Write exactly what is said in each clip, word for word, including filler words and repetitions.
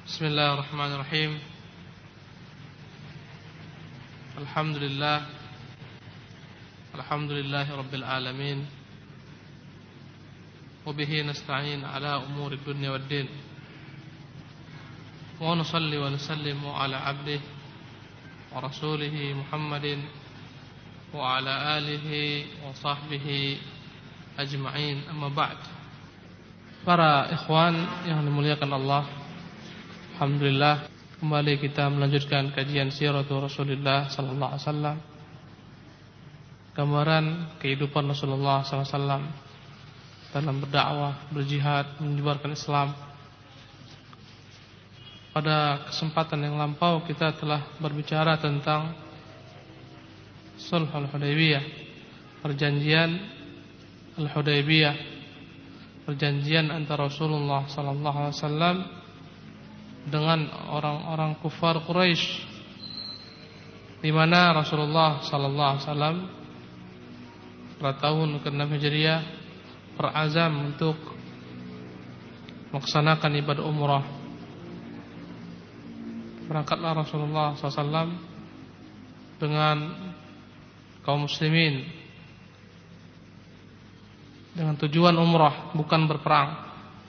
Bismillahirrahmanirrahim. Alhamdulillah. Alhamdulillahi rabbil alamin. Wa bihi nasta'in ala umuri dunya waddin. Wa nusalli wa nusallimu ala abdihi wa rasulihi Muhammadin wa ala alihi wa sahbihi ajma'in. Amma ba'd. Para ikhwan yang dimuliakan Allah, alhamdulillah kembali kita melanjutkan kajian siratul Rasulullah sallallahu alaihi wasallam. Gambaran kehidupan Rasulullah sallallahu alaihi wasallam dalam berdakwah, berjihad, menyebarkan Islam. Pada kesempatan yang lampau kita telah berbicara tentang Sulhul Hudaybiyah, perjanjian Al-Hudaybiyah, perjanjian antara Rasulullah sallallahu alaihi wasallam dengan orang-orang kufar Quraisy, di mana Rasulullah sallallahu alaihi wasallam pada tahun keenam Hijriah berazam untuk melaksanakan ibadah umrah. Berangkatlah Rasulullah sallallahu alaihi wasallam dengan kaum muslimin dengan tujuan umrah, bukan berperang.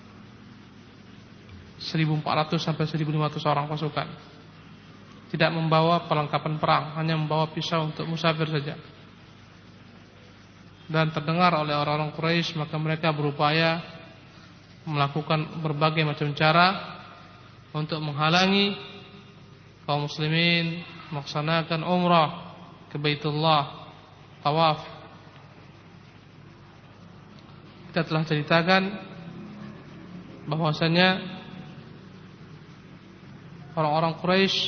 seribu empat ratus sampai seribu lima ratus orang pasukan. Tidak membawa perlengkapan perang, hanya membawa pisau untuk musafir saja. Dan terdengar oleh orang-orang Quraisy, maka mereka berupaya melakukan berbagai macam cara untuk menghalangi kaum muslimin melaksanakan umrah ke Baitullah, tawaf. Kita telah ceritakan bahwasanya orang-orang Quraisy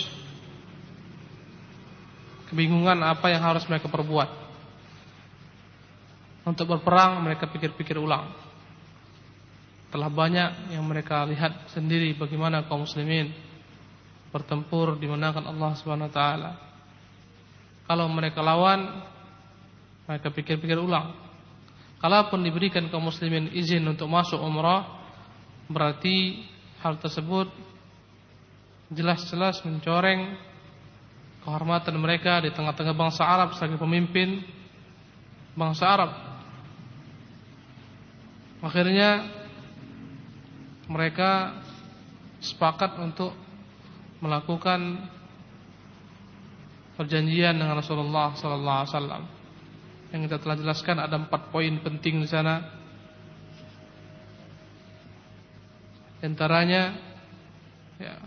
kebingungan apa yang harus mereka perbuat. Untuk berperang mereka pikir-pikir ulang. Telah banyak yang mereka lihat sendiri bagaimana kaum muslimin bertempur dimenangkan Allah Subhanahu wa taala. Kalau mereka lawan, mereka pikir-pikir ulang. Kalaupun diberikan kaum muslimin izin untuk masuk umrah, berarti hal tersebut jelas-jelas mencoreng kehormatan mereka di tengah-tengah bangsa Arab sebagai pemimpin bangsa Arab. Akhirnya mereka sepakat untuk melakukan perjanjian dengan Rasulullah sallallahu alaihi wasallam. Yang kita telah jelaskan ada empat poin penting di sana. Di antaranya, ya,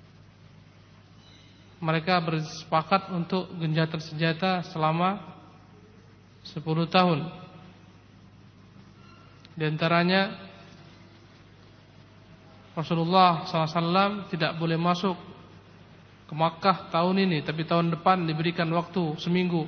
mereka bersepakat untuk gencatan senjata selama sepuluh tahun. Di antaranya, Rasulullah sallallahu alaihi wasallam tidak boleh masuk ke Makkah tahun ini, tapi tahun depan diberikan waktu seminggu.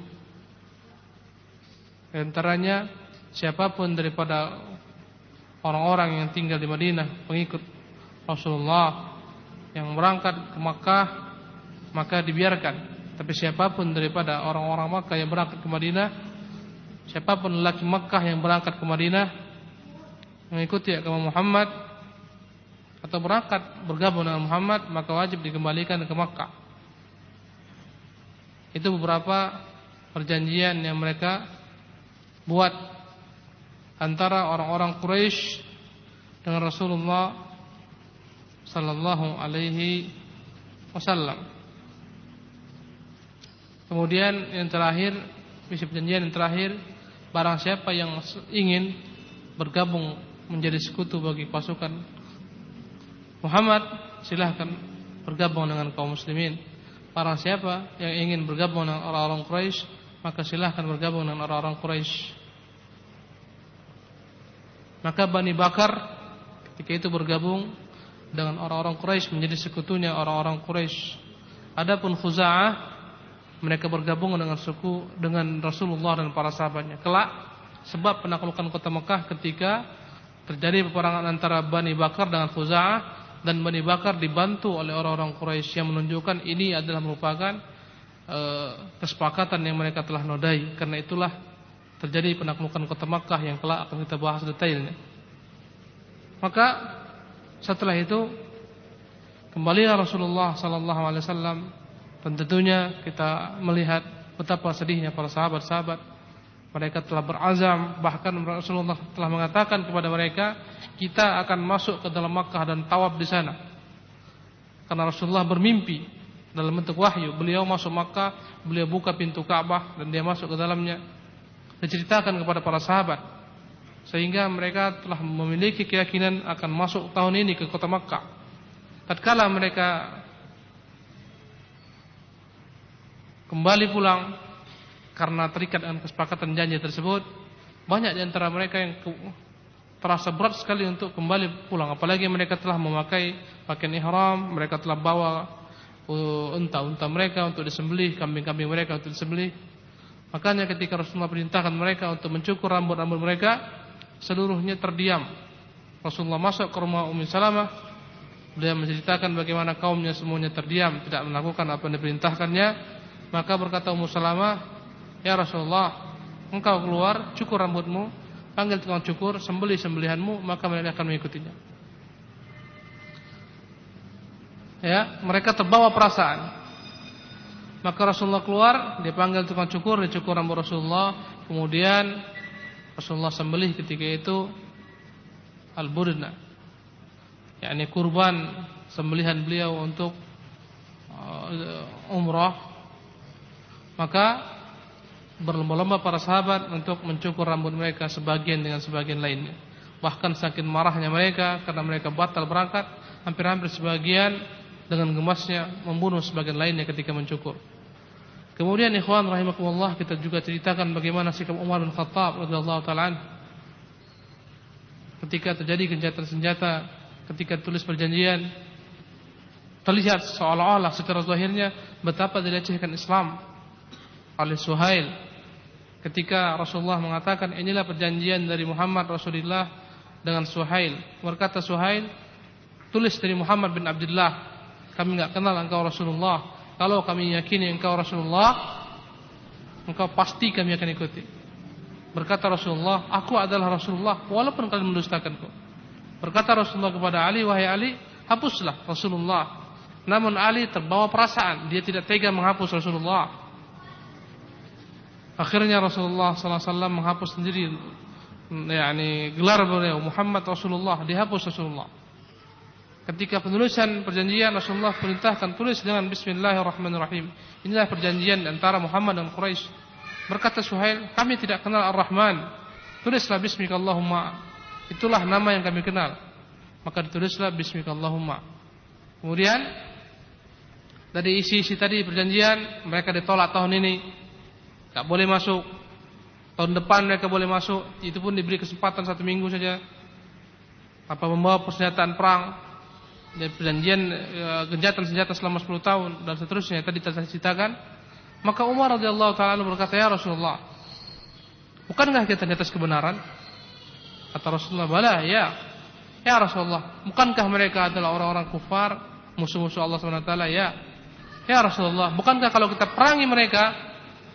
Di antaranya, siapapun daripada orang-orang yang tinggal di Madinah, pengikut Rasulullah yang berangkat ke Makkah, maka dibiarkan. Tapi siapapun daripada orang-orang Makkah yang berangkat ke Madinah, siapapun lelaki Makkah yang berangkat ke Madinah mengikuti agama Muhammad atau berangkat bergabung dengan Muhammad, maka wajib dikembalikan ke Makkah. Itu beberapa perjanjian yang mereka buat antara orang-orang Quraisy dengan Rasulullah sallallahu alaihi wasallam. Kemudian yang terakhir, misi perjanjian yang terakhir, barang siapa yang ingin bergabung menjadi sekutu bagi pasukan Muhammad, silahkan bergabung dengan kaum muslimin. Barang siapa yang ingin bergabung dengan orang-orang Quraisy, maka silahkan bergabung dengan orang-orang Quraisy. Maka Bani Bakar ketika itu bergabung dengan orang-orang Quraisy menjadi sekutunya orang-orang Quraisy. Adapun Khuza'ah, mereka bergabung dengan suku dengan Rasulullah dan para sahabatnya. Kelak sebab penaklukan kota Mekah ketika terjadi peperangan antara Bani Bakar dengan Khuza'ah, dan Bani Bakar dibantu oleh orang-orang Quraisy, yang menunjukkan ini adalah merupakan e, kesepakatan yang mereka telah nodai. Karena itulah terjadi penaklukan kota Mekah yang kelak akan kita bahas detailnya. Maka setelah itu kembalilah Rasulullah sallallahu alaihi wasallam, dan tentunya kita melihat betapa sedihnya para sahabat-sahabat. Mereka telah berazam, bahkan Rasulullah telah mengatakan kepada mereka, kita akan masuk ke dalam Makkah dan tawaf di sana. Karena Rasulullah bermimpi dalam bentuk wahyu, beliau masuk Makkah, beliau buka pintu Ka'bah dan dia masuk ke dalamnya. Diceritakan kepada para sahabat, sehingga mereka telah memiliki keyakinan akan masuk tahun ini ke kota Makkah. Tatkala mereka kembali pulang karena terikat dengan kesepakatan janji tersebut, banyak di antara mereka yang terasa berat sekali untuk kembali pulang. Apalagi mereka telah memakai pakaian ihram, mereka telah bawa unta-unta mereka untuk disembelih, kambing-kambing mereka untuk disembelih. Makanya ketika Rasulullah perintahkan mereka untuk mencukur rambut-rambut mereka, seluruhnya terdiam. Rasulullah masuk ke rumah Ummi Salamah, beliau menceritakan bagaimana kaumnya semuanya terdiam, tidak melakukan apa yang diperintahkannya. Maka berkata Ummu Salamah, ya Rasulullah, engkau keluar, cukur rambutmu, panggil tukang cukur, sembelih sembelihanmu, maka mereka akan mengikutinya. Ya, mereka terbawa perasaan. Maka Rasulullah keluar, dia panggil tukang cukur, dia cukur rambut Rasulullah, kemudian Rasulullah sembelih ketika itu al-budna, yakni kurban sembelihan beliau untuk uh, umrah. Maka berlomba-lomba para sahabat untuk mencukur rambut mereka sebagian dengan sebagian lainnya. Bahkan saking marahnya mereka karena mereka batal berangkat, hampir-hampir sebagian dengan gemasnya membunuh sebagian lainnya ketika mencukur. Kemudian ikhwan rahimakumullah, kita juga ceritakan bagaimana sikap Umar bin Khattab radhiyallahu taala ketika terjadi gencatan senjata, ketika tulis perjanjian. Terlihat seolah-olah secara zahirnya betapa dilecehkan Islam oleh Suhail ketika Rasulullah mengatakan, inilah perjanjian dari Muhammad Rasulullah dengan Suhail. Berkata Suhail, tulis dari Muhammad bin Abdullah, kami enggak kenal engkau Rasulullah. Kalau kami yakini engkau Rasulullah, engkau pasti kami akan ikuti. Berkata Rasulullah, aku adalah Rasulullah walaupun kalian mendustakanku. Berkata Rasulullah kepada Ali, wahai Ali, hapuslah Rasulullah. Namun Ali terbawa perasaan, dia tidak tega menghapus Rasulullah. Akhirnya Rasulullah sallallahu alaihi wasallam menghapus sendiri, yakni gelar beliau Muhammad Rasulullah, dihapus Rasulullah. Ketika penulisan perjanjian, Rasulullah perintahkan tulis dengan Bismillahirrahmanirrahim. Inilah perjanjian antara Muhammad dan Quraisy. Berkata Suhail, kami tidak kenal Ar-Rahman, tulislah Bismikallahumma, itulah nama yang kami kenal. Maka ditulislah Bismikallahumma. Kemudian dari isi-isi tadi perjanjian, mereka ditolak tahun ini, tak boleh masuk. Tahun depan mereka boleh masuk, itu pun diberi kesempatan satu minggu saja. Apa membawa persenjataan perang, dan perjanjian e, gencatan senjata selama sepuluh tahun dan seterusnya tadi telah diceritakan. Maka Umar radhiyallahu taala berkata, ya Rasulullah, bukankah kita di atas kebenaran? Kata Rasulullah, bala, ya. Ya Rasulullah, bukankah mereka adalah orang-orang kufar, musuh-musuh Allah subhanahu wa taala? Ya. Ya Rasulullah, bukankah kalau kita perangi mereka,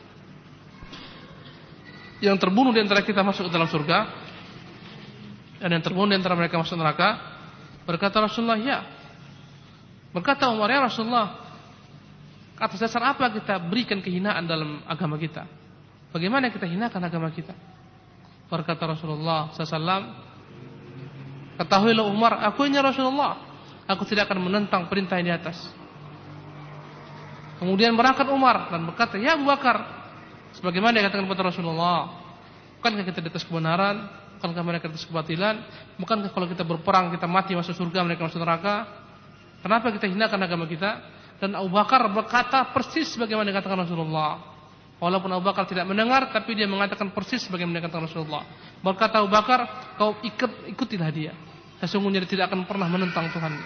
yang terbunuh di antara kita masuk ke dalam surga dan yang terbunuh di antara mereka masuk neraka? Berkata Rasulullah, ya. Berkata Umar, ya Rasulullah, atas dasar apa kita berikan kehinaan dalam agama kita? Bagaimana kita hinakan agama kita? Berkata Rasulullah sallallahu alaihi wasallam, ketahuilah Umar, aku ini Rasulullah, aku tidak akan menentang perintah yang di atas. Kemudian berangkat Umar dan berkata, ya Abu Bakar, sebagaimana dikatakan kepada Rasulullah, bukankah kita di atas kebenaran? Bukankah mereka di atas kebatilan? Bukankah kalau kita berperang kita mati masuk surga, mereka masuk neraka? Kenapa kita hinakan agama kita? Dan Abu Bakar berkata persis sebagaimana dikatakan Rasulullah. Walaupun Abu Bakar tidak mendengar, tapi dia mengatakan persis sebagaimana dikatakan Rasulullah. Berkata Abu Bakar, kau ikut, ikutilah dia. Sesungguhnya dia tidak akan pernah menentang Tuhannya.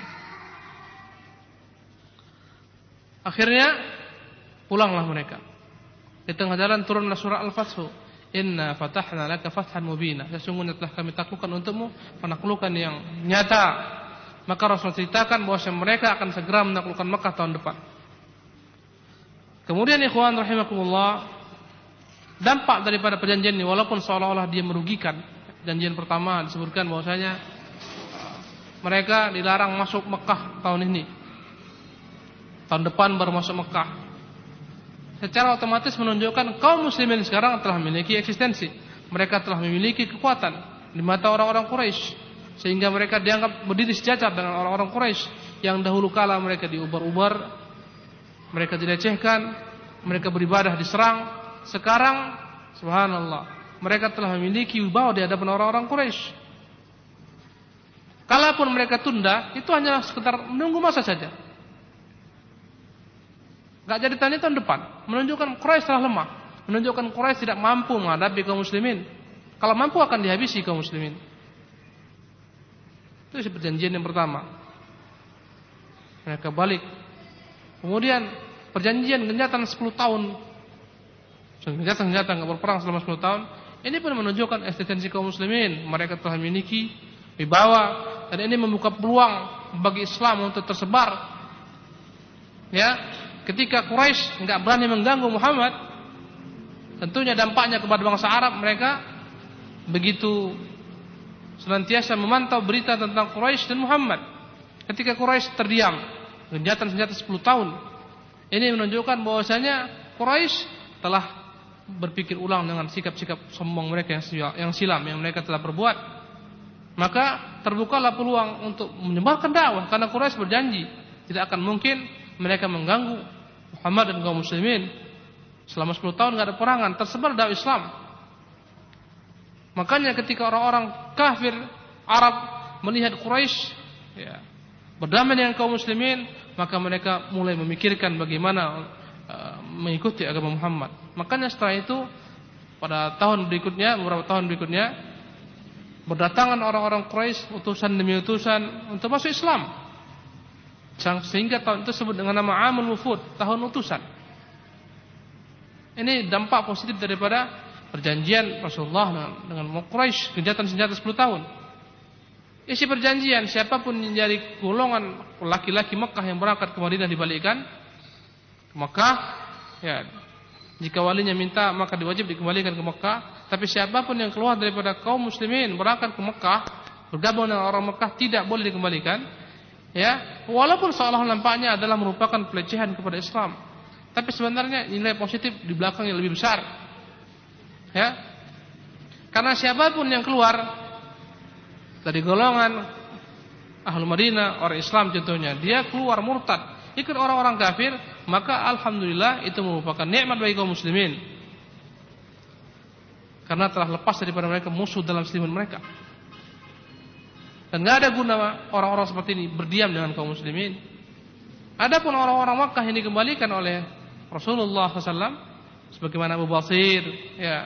Akhirnya pulanglah mereka. Di tengah jalan turunlah surah Al-Fathu. Inna fatahna laka fathan mubina. Sesungguhnya telah kami taklukkan untukmu penaklukan yang nyata. Maka Rasul ceritakan bahwa mereka akan segera menaklukkan Makkah tahun depan. Kemudian ikhwan rahimakumullah, dampak daripada perjanjian ini, walaupun seolah-olah dia merugikan. Perjanjian pertama disebutkan bahwasanya mereka dilarang masuk Makkah tahun ini. tahun depan baru masuk Mekah. Secara otomatis menunjukkan kaum muslimin sekarang telah memiliki eksistensi. Mereka telah memiliki kekuatan di mata orang-orang Quraisy, sehingga mereka dianggap berdiri sejajar dengan orang-orang Quraisy yang dahulu kala mereka diubar-ubar, mereka dilecehkan, mereka beribadah diserang. Sekarang subhanallah, mereka telah memiliki wibawa di hadapan orang-orang Quraisy. Kalaupun mereka tunda, itu hanya sekedar menunggu masa saja. Gak jadi tanya tahun depan, menunjukkan Quraisy telah lemah, menunjukkan Quraisy tidak mampu menghadapi kaum muslimin. Kalau mampu akan dihabisi kaum muslimin. Itu perjanjian yang pertama. Mereka balik. Kemudian perjanjian genjatan sepuluh tahun. Genjatan-genjatan gak berperang selama sepuluh tahun. Ini pun menunjukkan eksistensi kaum muslimin. Mereka telah memiliki wibawa, dan ini membuka peluang bagi Islam untuk tersebar. Ya, ketika Quraisy enggak berani mengganggu Muhammad, tentunya dampaknya kepada bangsa Arab. Mereka begitu senantiasa memantau berita tentang Quraisy dan Muhammad. Ketika Quraisy terdiam, genjatan senjata sepuluh tahun, ini menunjukkan bahwasanya Quraisy telah berpikir ulang dengan sikap-sikap sombong mereka yang silam yang mereka telah perbuat. Maka terbukalah peluang untuk menyebarkan dakwah, karena Quraisy berjanji tidak akan mungkin mereka mengganggu Muhammad dan kaum muslimin. Selama sepuluh tahun tidak ada perangan, tersebar dakwah Islam. Makanya ketika orang-orang kafir Arab melihat Quraisy ya, berdamai dengan kaum muslimin, maka mereka mulai memikirkan bagaimana uh, mengikuti agama Muhammad. Makanya setelah itu pada tahun berikutnya, beberapa tahun berikutnya, berdatangan orang-orang Quraisy utusan demi utusan untuk masuk Islam, sehingga tahun itu disebut dengan nama Amul Wufud, tahun utusan. Ini dampak positif daripada perjanjian Rasulullah dengan, dengan Quraisy, genjatan senjata sepuluh tahun. Isi perjanjian, siapapun yang dari golongan laki-laki Mekah yang berangkat ke Madinah dibalikkan ke Mekah, ya, jika walinya minta maka diwajib dikembalikan ke Mekah. Tapi siapapun yang keluar daripada kaum muslimin berangkat ke Mekah, bergabung dengan orang Mekah, tidak boleh dikembalikan. Ya, walaupun seolah nampaknya adalah merupakan pelecehan kepada Islam, tapi sebenarnya nilai positif di belakangnya lebih besar. Ya, karena siapapun yang keluar dari golongan Ahlul Madinah, orang Islam contohnya, dia keluar murtad, ikut orang-orang kafir, maka alhamdulillah itu merupakan nikmat bagi kaum muslimin, karena telah lepas daripada mereka musuh dalam seliman mereka. Dan tidak ada guna orang-orang seperti ini berdiam dengan kaum muslimin. Adapun orang-orang Makkah yang dikembalikan oleh Rasulullah shallallahu alaihi wasallam, sebagaimana Abu Basir, ya,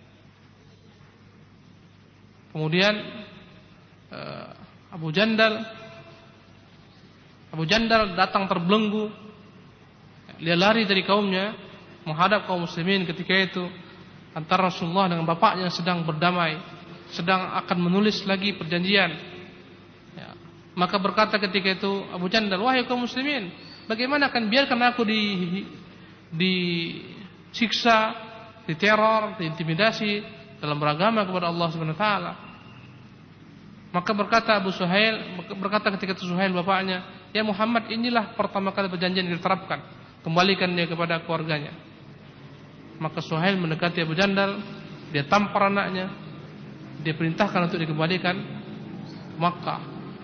kemudian uh, Abu Jandal, Abu Jandal datang terbelenggu, dia lari dari kaumnya menghadap kaum muslimin ketika itu. Antara Rasulullah dengan bapaknya sedang berdamai, sedang akan menulis lagi perjanjian. Ya. Maka berkata ketika itu Abu Jandal, wahai kaum muslimin, bagaimana akan biarkan aku di disiksa, diteror, diintimidasi dalam beragama kepada Allah Subhanahu wa taala. Maka berkata Abu Suhail, berkata ketika itu Suhail bapaknya, ya Muhammad, inilah pertama kali perjanjian yang diterapkan, kembalikan dia kepada keluarganya. Maka Suhail mendekati Abu Jandal, dia tampar anaknya, dia perintahkan untuk dikembalikan ke Makkah.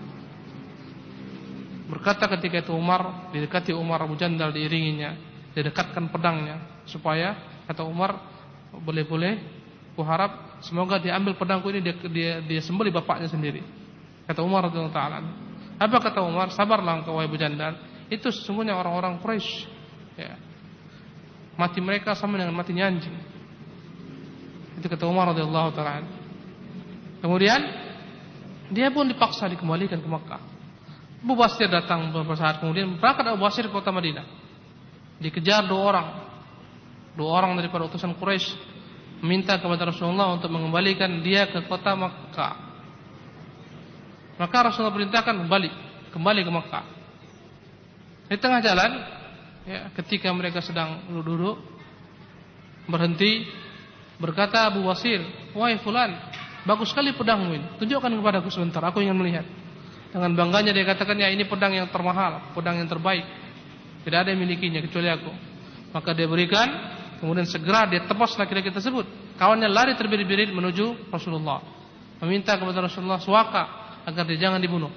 Berkata ketika itu Umar, didekati Umar, Abu Jandal diiringinya, dia dekatkan pedangnya, supaya kata Umar, boleh-boleh kuharap semoga dia ambil pedangku ini, dia dia, dia sembelih bapaknya sendiri. Kata Umar radhiyallahu taala. Apa kata Umar? Sabarlah engkau wahai Abu Jandal, itu sesungguhnya orang-orang Quraisy, ya, mati mereka sama dengan matinya anjing. Itu kata Umar radhiyallahu taala. Kemudian dia pun dipaksa dikembalikan ke Makkah. Abu Basir datang beberapa saat kemudian, berangkat Abu Basir ke kota Madinah. Dikejar dua orang, dua orang daripada utusan Quraisy, meminta kepada Rasulullah untuk mengembalikan dia ke kota Makkah. Maka Rasulullah perintahkan balik, kembali ke Makkah. Di tengah jalan, ya, ketika mereka sedang duduk-duduk, berhenti, berkata Abu Basir, wahai fulan, bagus sekali pedangmu ini, tunjukkan kepadaku sebentar, aku ingin melihat. Dengan bangganya dia katakan, ya ini pedang yang termahal, pedang yang terbaik. Tidak ada yang milikinya kecuali aku. Maka dia berikan, kemudian segera dia tebas laki-laki tersebut. Kawannya lari terbirit-birit menuju Rasulullah, meminta kepada Rasulullah suaka agar dia jangan dibunuh.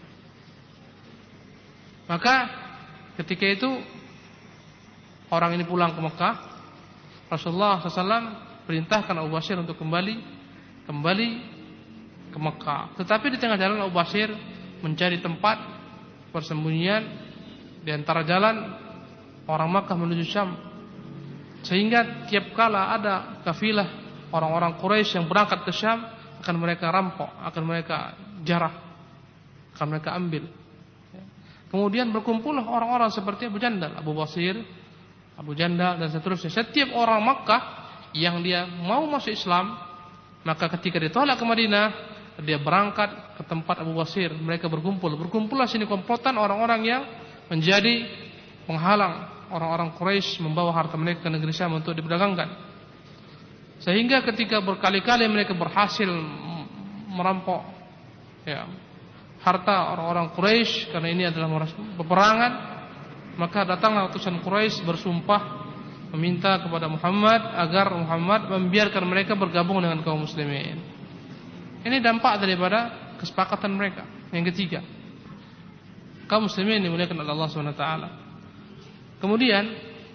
Maka ketika itu orang ini pulang ke Mekah. Rasulullah shallallahu alaihi wasallam perintahkan Abu Basir untuk kembali kembali ke Mekah. Tetapi di tengah jalan Abu Basir mencari tempat persembunyian di antara jalan orang Makkah menuju Syam. Sehingga tiap kala ada kafilah orang-orang Quraisy yang berangkat ke Syam, akan mereka rampok, akan mereka jarah, akan mereka ambil. Kemudian berkumpullah orang-orang seperti Abu Jandal, Abu Basir, Abu Jandal dan seterusnya. Setiap orang Makkah yang dia mau masuk Islam, maka ketika ditolak ke Madinah, dia berangkat ke tempat Abu Basir. Mereka berkumpul. Berkumpullah sini komplotan orang-orang yang menjadi penghalang orang-orang Quraisy membawa harta mereka ke negeri Syam untuk diperdagangkan. Sehingga ketika berkali-kali mereka berhasil merampok ya, harta orang-orang Quraisy, karena ini adalah peperangan, maka datanglah utusan Quraisy bersumpah meminta kepada Muhammad agar Muhammad membiarkan mereka bergabung dengan kaum muslimin. Ini dampak daripada kesepakatan mereka. Yang ketiga, kaum muslimin dimuliakan oleh Allah Subhanahu wa taala. Kemudian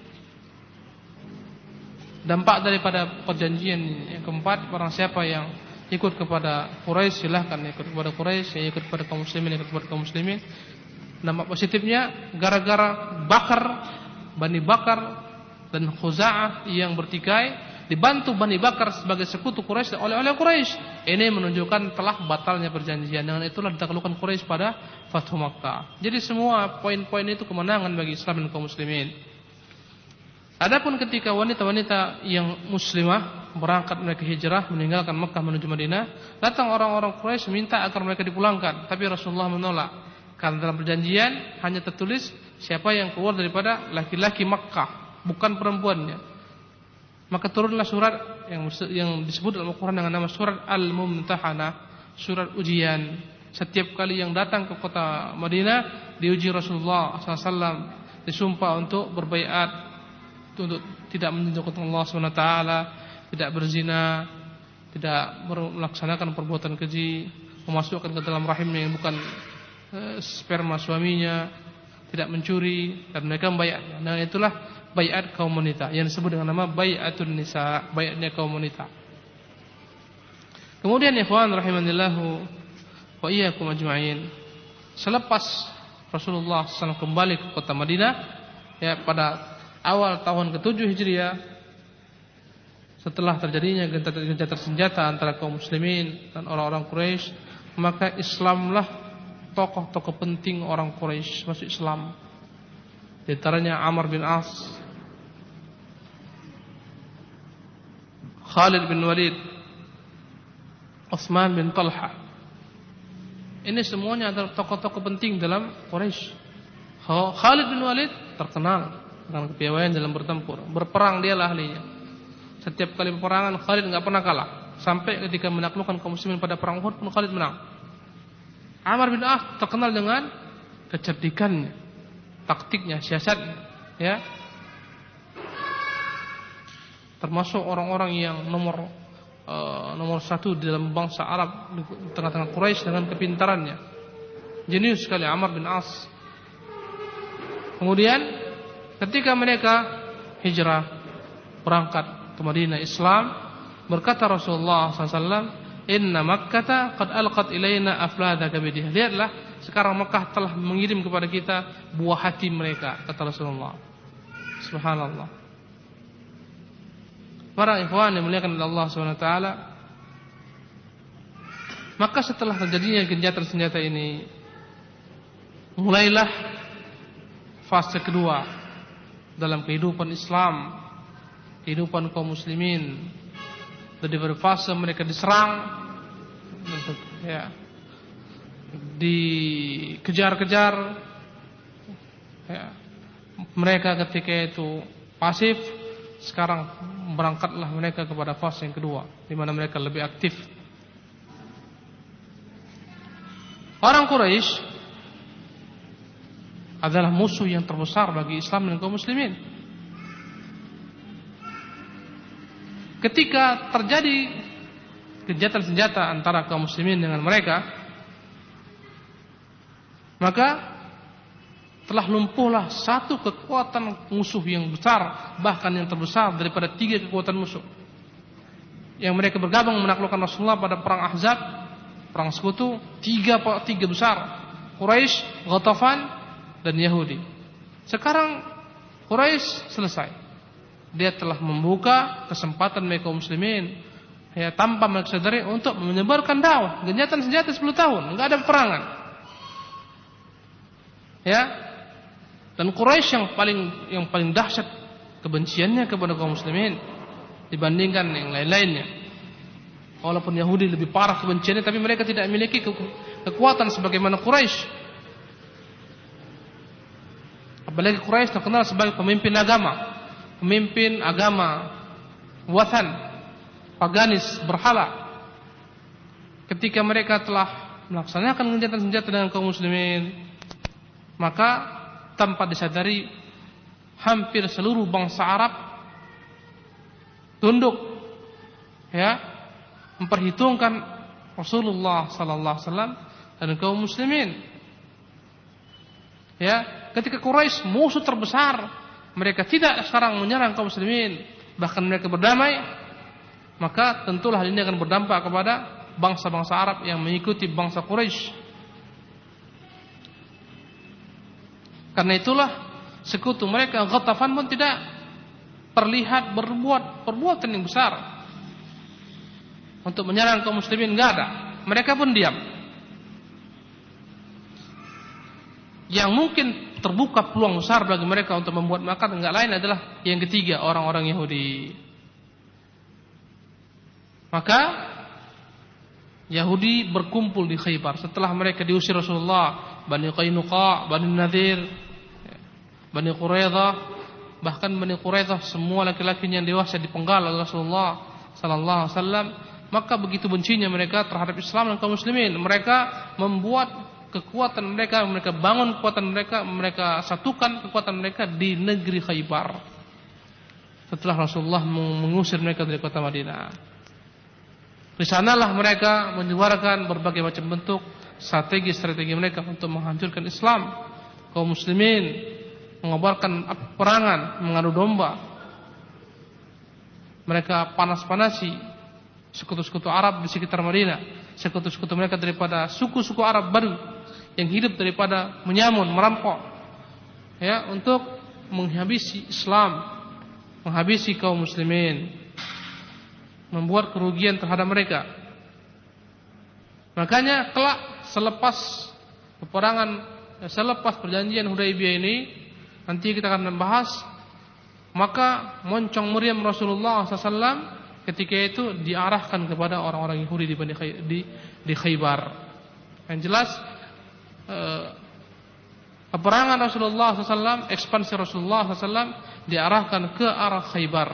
dampak daripada perjanjian yang keempat, barang siapa yang ikut kepada Quraisy silahkan ikut kepada Quraisy, yang ikut kepada kaum muslimin ikut kepada kaum muslimin. Dampak positifnya, gara-gara Bakar, Bani Bakar dan Khuza'ah yang bertikai dibantu Bani Bakar sebagai sekutu Quraisy oleh oleh Quraisy. Ini menunjukkan telah batalnya perjanjian. Dengan itulah ditaklukkan Quraisy pada Fathu Makkah. Jadi semua poin-poin itu kemenangan bagi Islam dan kaum muslimin. Adapun ketika wanita-wanita yang muslimah berangkat mereka hijrah meninggalkan Mekah menuju Madinah, datang orang-orang Quraisy minta agar mereka dipulangkan, tapi Rasulullah menolak. Karena dalam perjanjian hanya tertulis siapa yang keluar daripada laki-laki Makkah, bukan perempuannya. Maka turunlah surat yang yang disebut dalam Al-Quran dengan nama surat Al-Mumtahanah, surat ujian. Setiap kali yang datang ke kota Madinah diuji Rasulullah shallallahu alaihi wasallam, disumpah untuk berbaiat, untuk tidak menunjukkan Allah subhanahu wa taala, tidak berzina, tidak melaksanakan perbuatan keji, memasukkan ke dalam rahimnya yang bukan eh, sperma suaminya, tidak mencuri, dan mereka membayatnya. Nah, itulah baiat kaum wanita yang disebut dengan nama baiatun nisa, baiatnya kaum wanita. Kemudian ikhwan rahimanillahu wa iyyakum ajma'in, selepas Rasulullah shallallahu alaihi wasallam kembali ke kota Madinah ya pada awal tahun ketujuh Hijriah, setelah terjadinya gencatan senjata antara kaum muslimin dan orang-orang Quraisy, maka Islamlah tokoh-tokoh penting orang Quraisy masuk Islam. Di antaranya Amr bin As, Khalid bin Walid, Utsman bin Talha. Ini semuanya adalah tokoh-tokoh penting dalam Quraisy. Khalid bin Walid terkenal dengan kepiawaian dalam bertempur, berperang dialah ahlinya. Setiap kali peperangan Khalid enggak pernah kalah, sampai ketika menaklukkan kaum muslimin pada perang Uhud pun Khalid menang. Amr bin As terkenal dengan kecerdikannya, taktiknya, siasatnya, ya. Termasuk orang-orang yang nomor uh, nomor satu di dalam bangsa Arab di tengah-tengah Quraisy dengan kepintarannya. Jenius sekali Amr bin As. Kemudian ketika mereka hijrah berangkat ke Madinah Islam, berkata Rasulullah shallallahu alaihi wasallam, Inna Makkata qad alqat ilaina aflada kabidih. Lihatlah, sekarang Makkah telah mengirim kepada kita buah hati mereka, kata Rasulullah. Subhanallah. Para ikhwan yang dimuliakan oleh Allah Subhanahu wa taala, maka setelah terjadinya gencatan senjata ini, mulailah fase kedua dalam kehidupan Islam, kehidupan kaum muslimin. Dari fase mereka diserang, ya, dikejar-kejar, ya, mereka ketika itu pasif. Sekarang berangkatlah mereka kepada fase yang kedua, di mana mereka lebih aktif. Orang Quraisy adalah musuh yang terbesar bagi Islam dan kaum muslimin. Ketika terjadi gencatan senjata antara kaum muslimin dengan mereka, maka telah lumpuhlah satu kekuatan musuh yang besar, bahkan yang terbesar daripada tiga kekuatan musuh yang mereka bergabung menaklukkan Rasulullah pada perang Ahzab, perang sekutu. Tiga tiga besar, Quraisy, Ghatafan, dan Yahudi. Sekarang Quraisy selesai. Dia telah membuka kesempatan bagi kaum muslimin, ya, tanpa mereka sadari, untuk menyebarkan dakwah. Gencatan senjata sepuluh tahun, enggak ada peperangan. Ya. Dan Quraisy yang paling yang paling dahsyat kebenciannya kepada kaum muslimin dibandingkan yang lain-lainnya. Walaupun Yahudi lebih parah kebenciannya, tapi mereka tidak memiliki kekuatan sebagaimana Quraisy. Apalagi Quraisy terkenal sebagai pemimpin agama, pemimpin agama wathan, paganis, berhala. Ketika mereka telah melaksanakan gencatan senjata dengan kaum muslimin, maka tanpa disadari hampir seluruh bangsa Arab tunduk, ya, memperhitungkan Rasulullah sallallahu alaihi wasallam dan kaum muslimin. Ya, ketika Quraisy musuh terbesar, mereka tidak sekarang menyerang kaum muslimin, bahkan mereka berdamai, maka tentulah ini akan berdampak kepada bangsa-bangsa Arab yang mengikuti bangsa Quraisy. Karena itulah sekutu mereka Ghatafan pun tidak terlihat berbuat perbuatan yang besar untuk menyerang kaum muslimin, enggak ada. Mereka pun diam. Yang mungkin terbuka peluang besar bagi mereka untuk membuat makar enggak lain adalah yang ketiga, orang-orang Yahudi. Maka Yahudi berkumpul di Khaybar setelah mereka diusir Rasulullah, Bani Qainuqa, Bani Nadir, Bani Quraidah. Bahkan Bani Quraidah semua laki-laki yang dewasa dipenggal oleh Rasulullah sallallahu alaihi wasallam. Maka begitu bencinya mereka terhadap Islam dan kaum muslimin, mereka membuat kekuatan mereka, mereka bangun kekuatan mereka, mereka satukan kekuatan mereka di negeri Khaybar. Setelah Rasulullah mengusir mereka dari kota Madinah, di sanalah mereka menyuarakan berbagai macam bentuk strategi-strategi mereka untuk menghancurkan Islam, kaum muslimin, mengobarkan perangan, mengadu domba. Mereka panas-panasi sekutu-sekutu Arab di sekitar Madinah, sekutu-sekutu mereka daripada suku-suku Arab baru yang hidup daripada menyamun, merampok, ya, untuk menghabisi Islam, menghabisi kaum muslimin, membuat kerugian terhadap mereka. Makanya kelak selepas peperangan, selepas perjanjian Hudaybiyah ini, nanti kita akan membahas, maka moncong meriam Rasulullah sallallahu alaihi wasallam ketika itu diarahkan kepada orang-orang Yahudi di di, di Khaybar. Yang jelas eh, peperangan Rasulullah sallallahu alaihi wasallam, ekspansi Rasulullah sallallahu alaihi wasallam diarahkan ke arah Khaybar.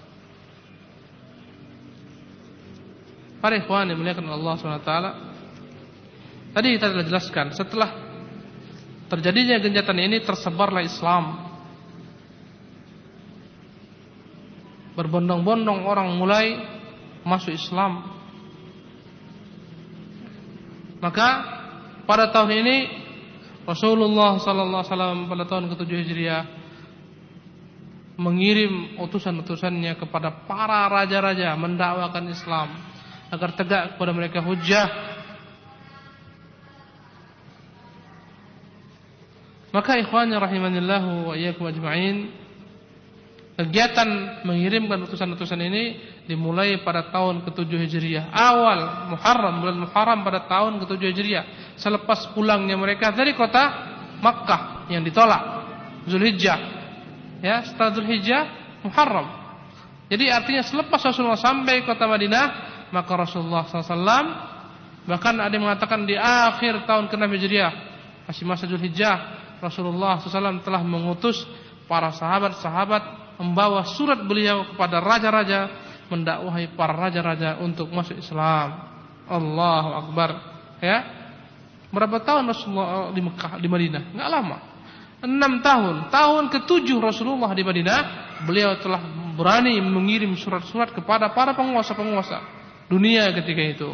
Para ikhwan yang dimuliakan Allah subhanahu wa taala, tadi kita telah jelaskan, setelah terjadinya gencatan ini tersebarlah Islam. Berbondong-bondong orang mulai masuk Islam. Maka pada tahun ini Rasulullah sallallahu alaihi wasallam pada tahun ketujuh Hijriah mengirim utusan-utusannya kepada para raja-raja mendakwakan Islam agar tegak kepada mereka hujjah. Maka ikhwani rahimanillahu wa iyyakum ajma'in, kegiatan mengirimkan utusan-utusan ini dimulai pada tahun ketujuh Hijriah, awal Muharram, bulan Muharram pada tahun ketujuh Hijriah, selepas pulangnya mereka dari kota Makkah yang ditolak, Zulhijjah, ya, setelah Zulhijjah Muharram. Jadi artinya selepas Rasulullah sampai kota Madinah, maka Rasulullah sallallahu alaihi wasallam, bahkan ada yang mengatakan di akhir tahun keenam Hijriah, masih masa Zulhijjah, Rasulullah sallallahu alaihi wasallam telah mengutus para sahabat-sahabat membawa surat beliau kepada raja-raja, mendakwahi para raja-raja untuk masuk Islam. Allahu Akbar. Ya, berapa tahun Rasulullah di Mekah, di Madinah? Enggak lama. enam tahun, tahun ketujuh Rasulullah di Madinah, beliau telah berani mengirim surat-surat kepada para penguasa-penguasa dunia ketika itu.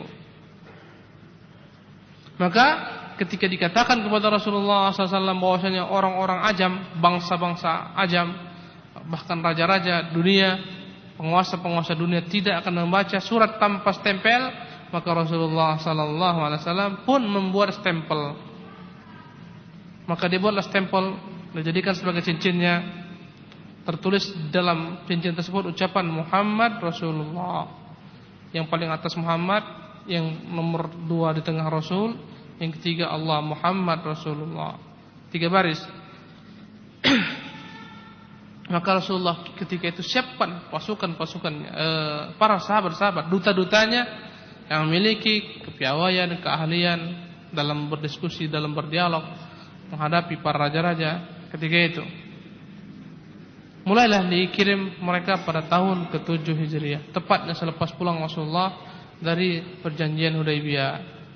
Maka ketika dikatakan kepada Rasulullah shallallahu alaihi wasallam bahwasanya orang-orang ajam, bangsa-bangsa ajam, bahkan raja-raja dunia, penguasa-penguasa dunia tidak akan membaca surat tanpa stempel, maka Rasulullah shallallahu alaihi wasallam pun membuat stempel. Maka dibuatlah stempel, dijadikan sebagai cincinnya, tertulis dalam cincin tersebut ucapan Muhammad Rasulullah. Yang paling atas Muhammad, yang nomor dua di tengah Rasul, yang ketiga Allah, Muhammad Rasulullah. Tiga baris. Maka Rasulullah ketika itu siapkan pasukan-pasukannya, eh, para sahabat-sahabat, duta-dutanya yang memiliki kepiawaian, keahlian dalam berdiskusi, dalam berdialog menghadapi para raja-raja ketika itu. Mulailah dikirim mereka pada tahun ketujuh Hijriah, tepatnya selepas pulang Rasulullah dari perjanjian Hudaybiyah.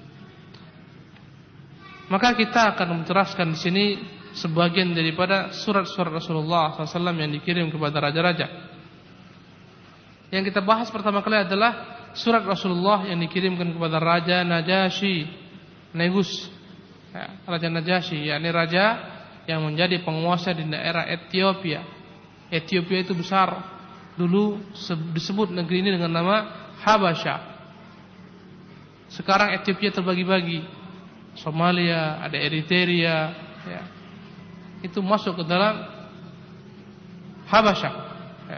Maka kita akan menjelaskan di sini sebagian daripada surat-surat Rasulullah shallallahu alaihi wasallam yang dikirim kepada raja-raja. Yang kita bahas pertama kali adalah surat Rasulullah yang dikirimkan kepada Raja Najasyi, Negus, ya, Raja Najasyi, yakni raja yang menjadi penguasa di daerah Ethiopia. Ethiopia itu besar, dulu disebut negeri ini dengan nama Habasya. Sekarang Ethiopia terbagi-bagi, Somalia, ada Eritrea, ya, itu masuk ke dalam Habasya, ya.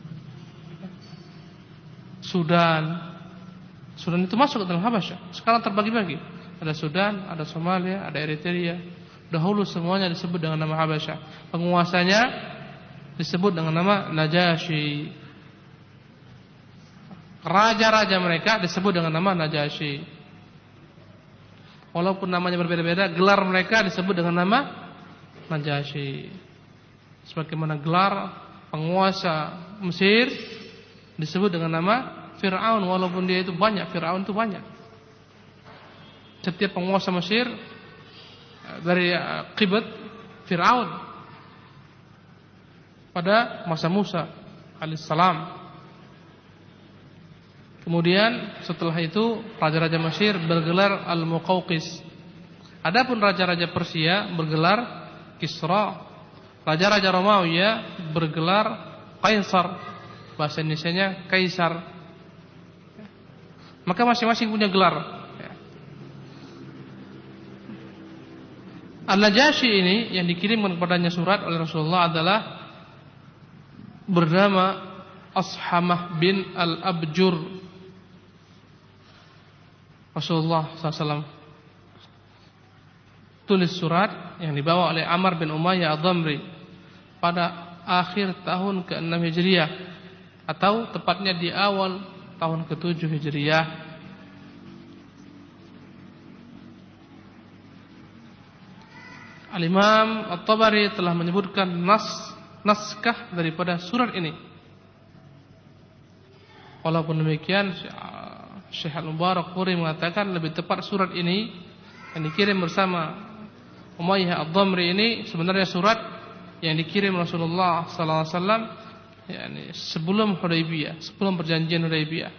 Sudan, Sudan itu masuk ke dalam Habasya. Sekarang terbagi-bagi, ada Sudan, ada Somalia, ada Eritrea. Dahulu semuanya disebut dengan nama Habasya. Penguasanya disebut dengan nama Najasyi. Raja-raja mereka disebut dengan nama Najasyi. Walaupun namanya berbeda-beda, gelar mereka disebut dengan nama Najasyi. Sebagaimana gelar penguasa Mesir disebut dengan nama Fir'aun, walaupun dia itu banyak, Fir'aun itu banyak. Setiap penguasa Mesir dari Qibط, Fir'aun pada masa Musa alaihissalam. Kemudian setelah itu raja-raja Mesir bergelar Al-Muqawqis. Adapun raja-raja Persia bergelar Kisra. Raja-raja Romawi bergelar Kaisar. Bahasa Indonesianya Kaisar. Maka masing-masing punya gelar. Al-Najasyi ini yang dikirimkan kepadanya surat oleh Rasulullah adalah bernama Ashamah bin Al-Abjur. Rasulullah shallallahu alaihi wasallam tulis surat yang dibawa oleh Amr bin Umayyah Ad-Damri pada akhir tahun keenam Hijriah, atau tepatnya di awal tahun ketujuh Hijriah. Al-Imam At-Tabari telah menyebutkan nas naskah daripada surat ini. Walaupun demikian, Syekh Al-Mubarakfuri mengatakan lebih tepat surat ini yang dikirim bersama Umayyah Ad-Damri ini sebenarnya surat yang dikirim Rasulullah sallallahu alaihi wasallam yakni sebelum Hudaybiyah, sebelum perjanjian Hudaybiyah.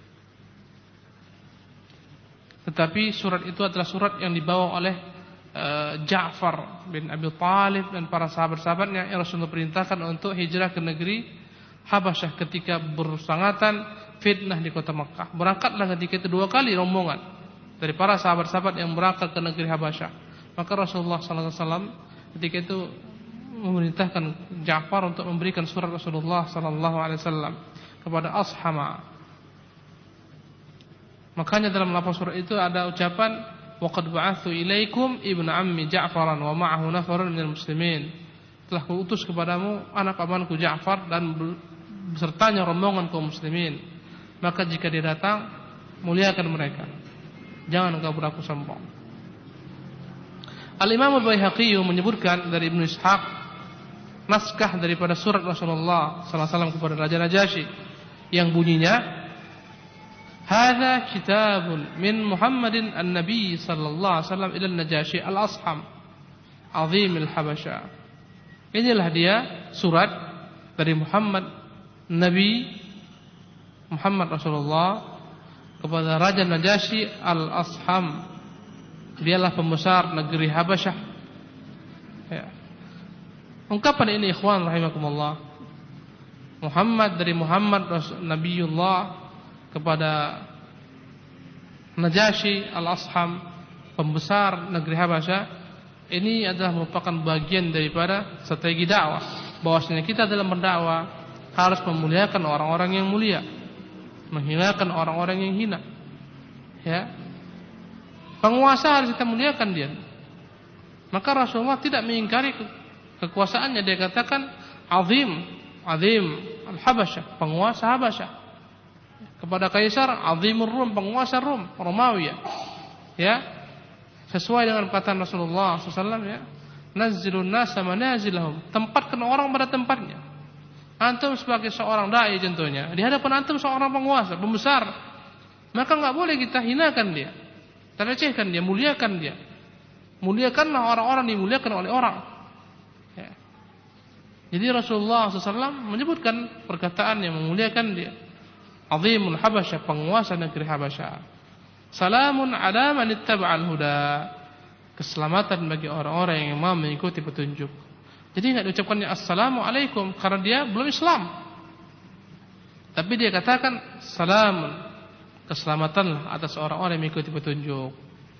Tetapi surat itu adalah surat yang dibawa oleh uh, Ja'far bin Abi Thalib dan para sahabat-sahabatnya yang Rasulullah perintahkan untuk hijrah ke negeri Habasyah ketika bersangatan fitnah di kota Makkah. Berangkatlah ketika itu dua kali rombongan dari para sahabat-sahabat yang berangkat ke negeri Habasyah. Maka Rasulullah sallallahu alaihi wasallam ketika itu memerintahkan Ja'far untuk memberikan surat Rasulullah sallallahu alaihi wasallam kepada Ashama. Makanya dalam lafaz surat itu ada ucapan wa qad ba'atsu ilaikum ibnu ammi Ja'faran wa ma'ahu nafarun minal muslimin. Telah kuutus kepadamu anak pamanku Ja'far dan besertanya rombongan kaum muslimin. Maka jika dia datang, muliakan mereka. Jangan engkau berlaku sombong. Al-Imam Al-Baihaqi menyebutkan dari Ibnu Ishaq naskah daripada surat Rasulullah sallallahu alaihi wasallam kepada Raja Najasyi yang bunyinya hadza kitabun min Muhammadin an-nabi sallallahu alaihi wasallam ila an-Najasyi al-Asham. azimil Habasyah. Inilah dia surat dari Muhammad Nabi Muhammad Rasulullah kepada Raja Najasyi Al-Asham. Dialah pembesar negeri Habasyah. Ya. Ungkapan ini ikhwan rahimakumullah, Muhammad dari Muhammad Nabiullah kepada Najasyi Al-Asham, pembesar negeri Habasyah. Ini adalah merupakan bagian daripada strategi dakwah, bahwasanya kita dalam berdakwah harus memuliakan orang-orang yang mulia, menghinakan orang-orang yang hina. Ya. Penguasa harus kita muliakan dia. Maka Rasulullah tidak mengingkari kekuasaannya. Dia katakan azim, azim al-Habasyah, penguasa Habasyah. Kepada Kaisar azimur Rum, penguasa Rum, Romawi. Ya. Sesuai dengan perkataan Rasulullah shallallahu alaihi wasallam, ya, nazzilun nasa manazilahum, tempatkan orang pada tempatnya. Antum sebagai seorang dai contohnya, di hadapan antum seorang penguasa, pembesar, maka enggak boleh kita hinakan dia, terecehkan dia, muliakan dia. Muliakanlah orang-orang dimuliakan oleh orang. Ya. Jadi Rasulullah shallallahu alaihi wasallam menyebutkan perkataan yang memuliakan dia. Azimul Habasyah, penguasa negeri Habasyah. Salamun ala man ittaba'al huda, keselamatan bagi orang-orang yang mau mengikuti petunjuk. Jadi enggak diucapkannya assalamu alaikum karena dia belum Islam, tapi dia katakan salamun, keselamatanlah atas orang-orang yang mengikuti petunjuk.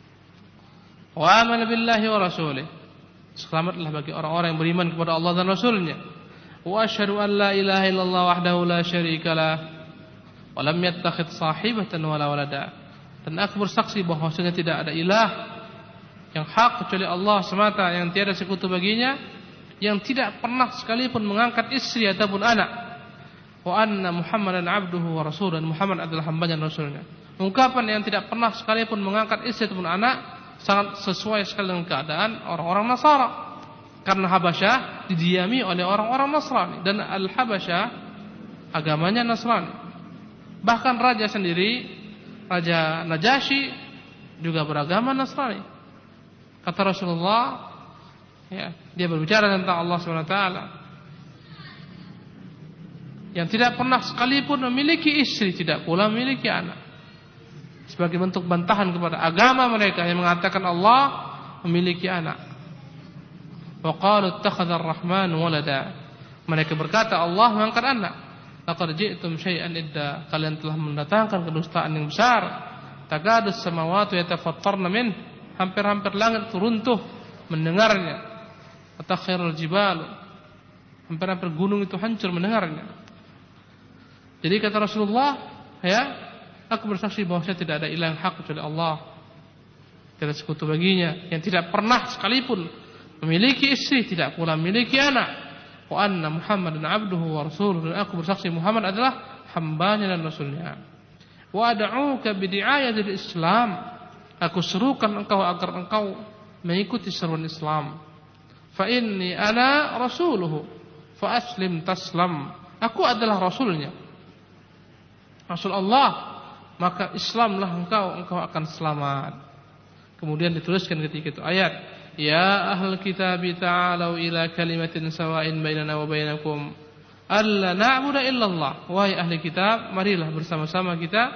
Wa amana billahi wa rasulih, selamatlah bagi orang-orang yang beriman kepada Allah dan Rasulnya. Wa asyhadu an la ilaha illallah wahdahu la syarikalah wa lam yattakhidh sahibatan wala walada. Dan aku bersaksi bahwasanya tidak ada ilah yang hak kecuali Allah semata, yang tiada sekutu baginya, yang tidak pernah sekalipun mengangkat istri ataupun anak. Wa anna Muhammadan abduhu wa rasul, dan Muhammad adalah hamba dan rasulnya. Ungkapan yang tidak pernah sekalipun mengangkat istri ataupun anak sangat sesuai sekali dengan keadaan orang-orang Nasara, karena Habasyah didiami oleh orang-orang Nasrani, dan Al-Habasyah agamanya Nasrani. Bahkan raja sendiri, Raja Najasyi, juga beragama Nasrani. Kata Rasulullah, ya, dia berbicara tentang Allah subhanahu wa taala yang tidak pernah sekalipun memiliki istri, tidak pula memiliki anak, sebagai bentuk bantahan kepada agama mereka yang mengatakan Allah memiliki anak. Wa qalu ittakhadha ar-rahman walada, mereka berkata Allah mengangkat anak. Laqad ji'tum syai'an idda, kalian telah mendatangkan kedustaan yang besar. Takadus samawati yatafattarna min, hampir-hampir langit runtuh mendengarnya. Atakhirul jibal, hampir-hampir gunung itu hancur mendengarnya. Jadi kata Rasulullah, ya, aku bersaksi bahwa tidak ada ilah yang hak kecuali Allah, tidak sekutu baginya, yang tidak pernah sekalipun memiliki istri, tidak pula memiliki anak. Wa anna Muhammadan abduhu wa rasuluhu, dan aku bersaksi Muhammad adalah hambanya dan rasulnya. Wa ad'uka bidi'ayatil Islam, aku serukan engkau agar engkau mengikuti seruan Islam. Fa inni ana rasuluhu fa aslim taslam, aku adalah rasulnya, Rasul Allah, maka Islamlah engkau, engkau akan selamat. Kemudian dituliskan ketika itu ayat, ya ahlul kitab ta'alu ila kalimatin sawa'in bainana wa bainakum alla na'budu illallah. Wahai ahli kitab, marilah bersama-sama kita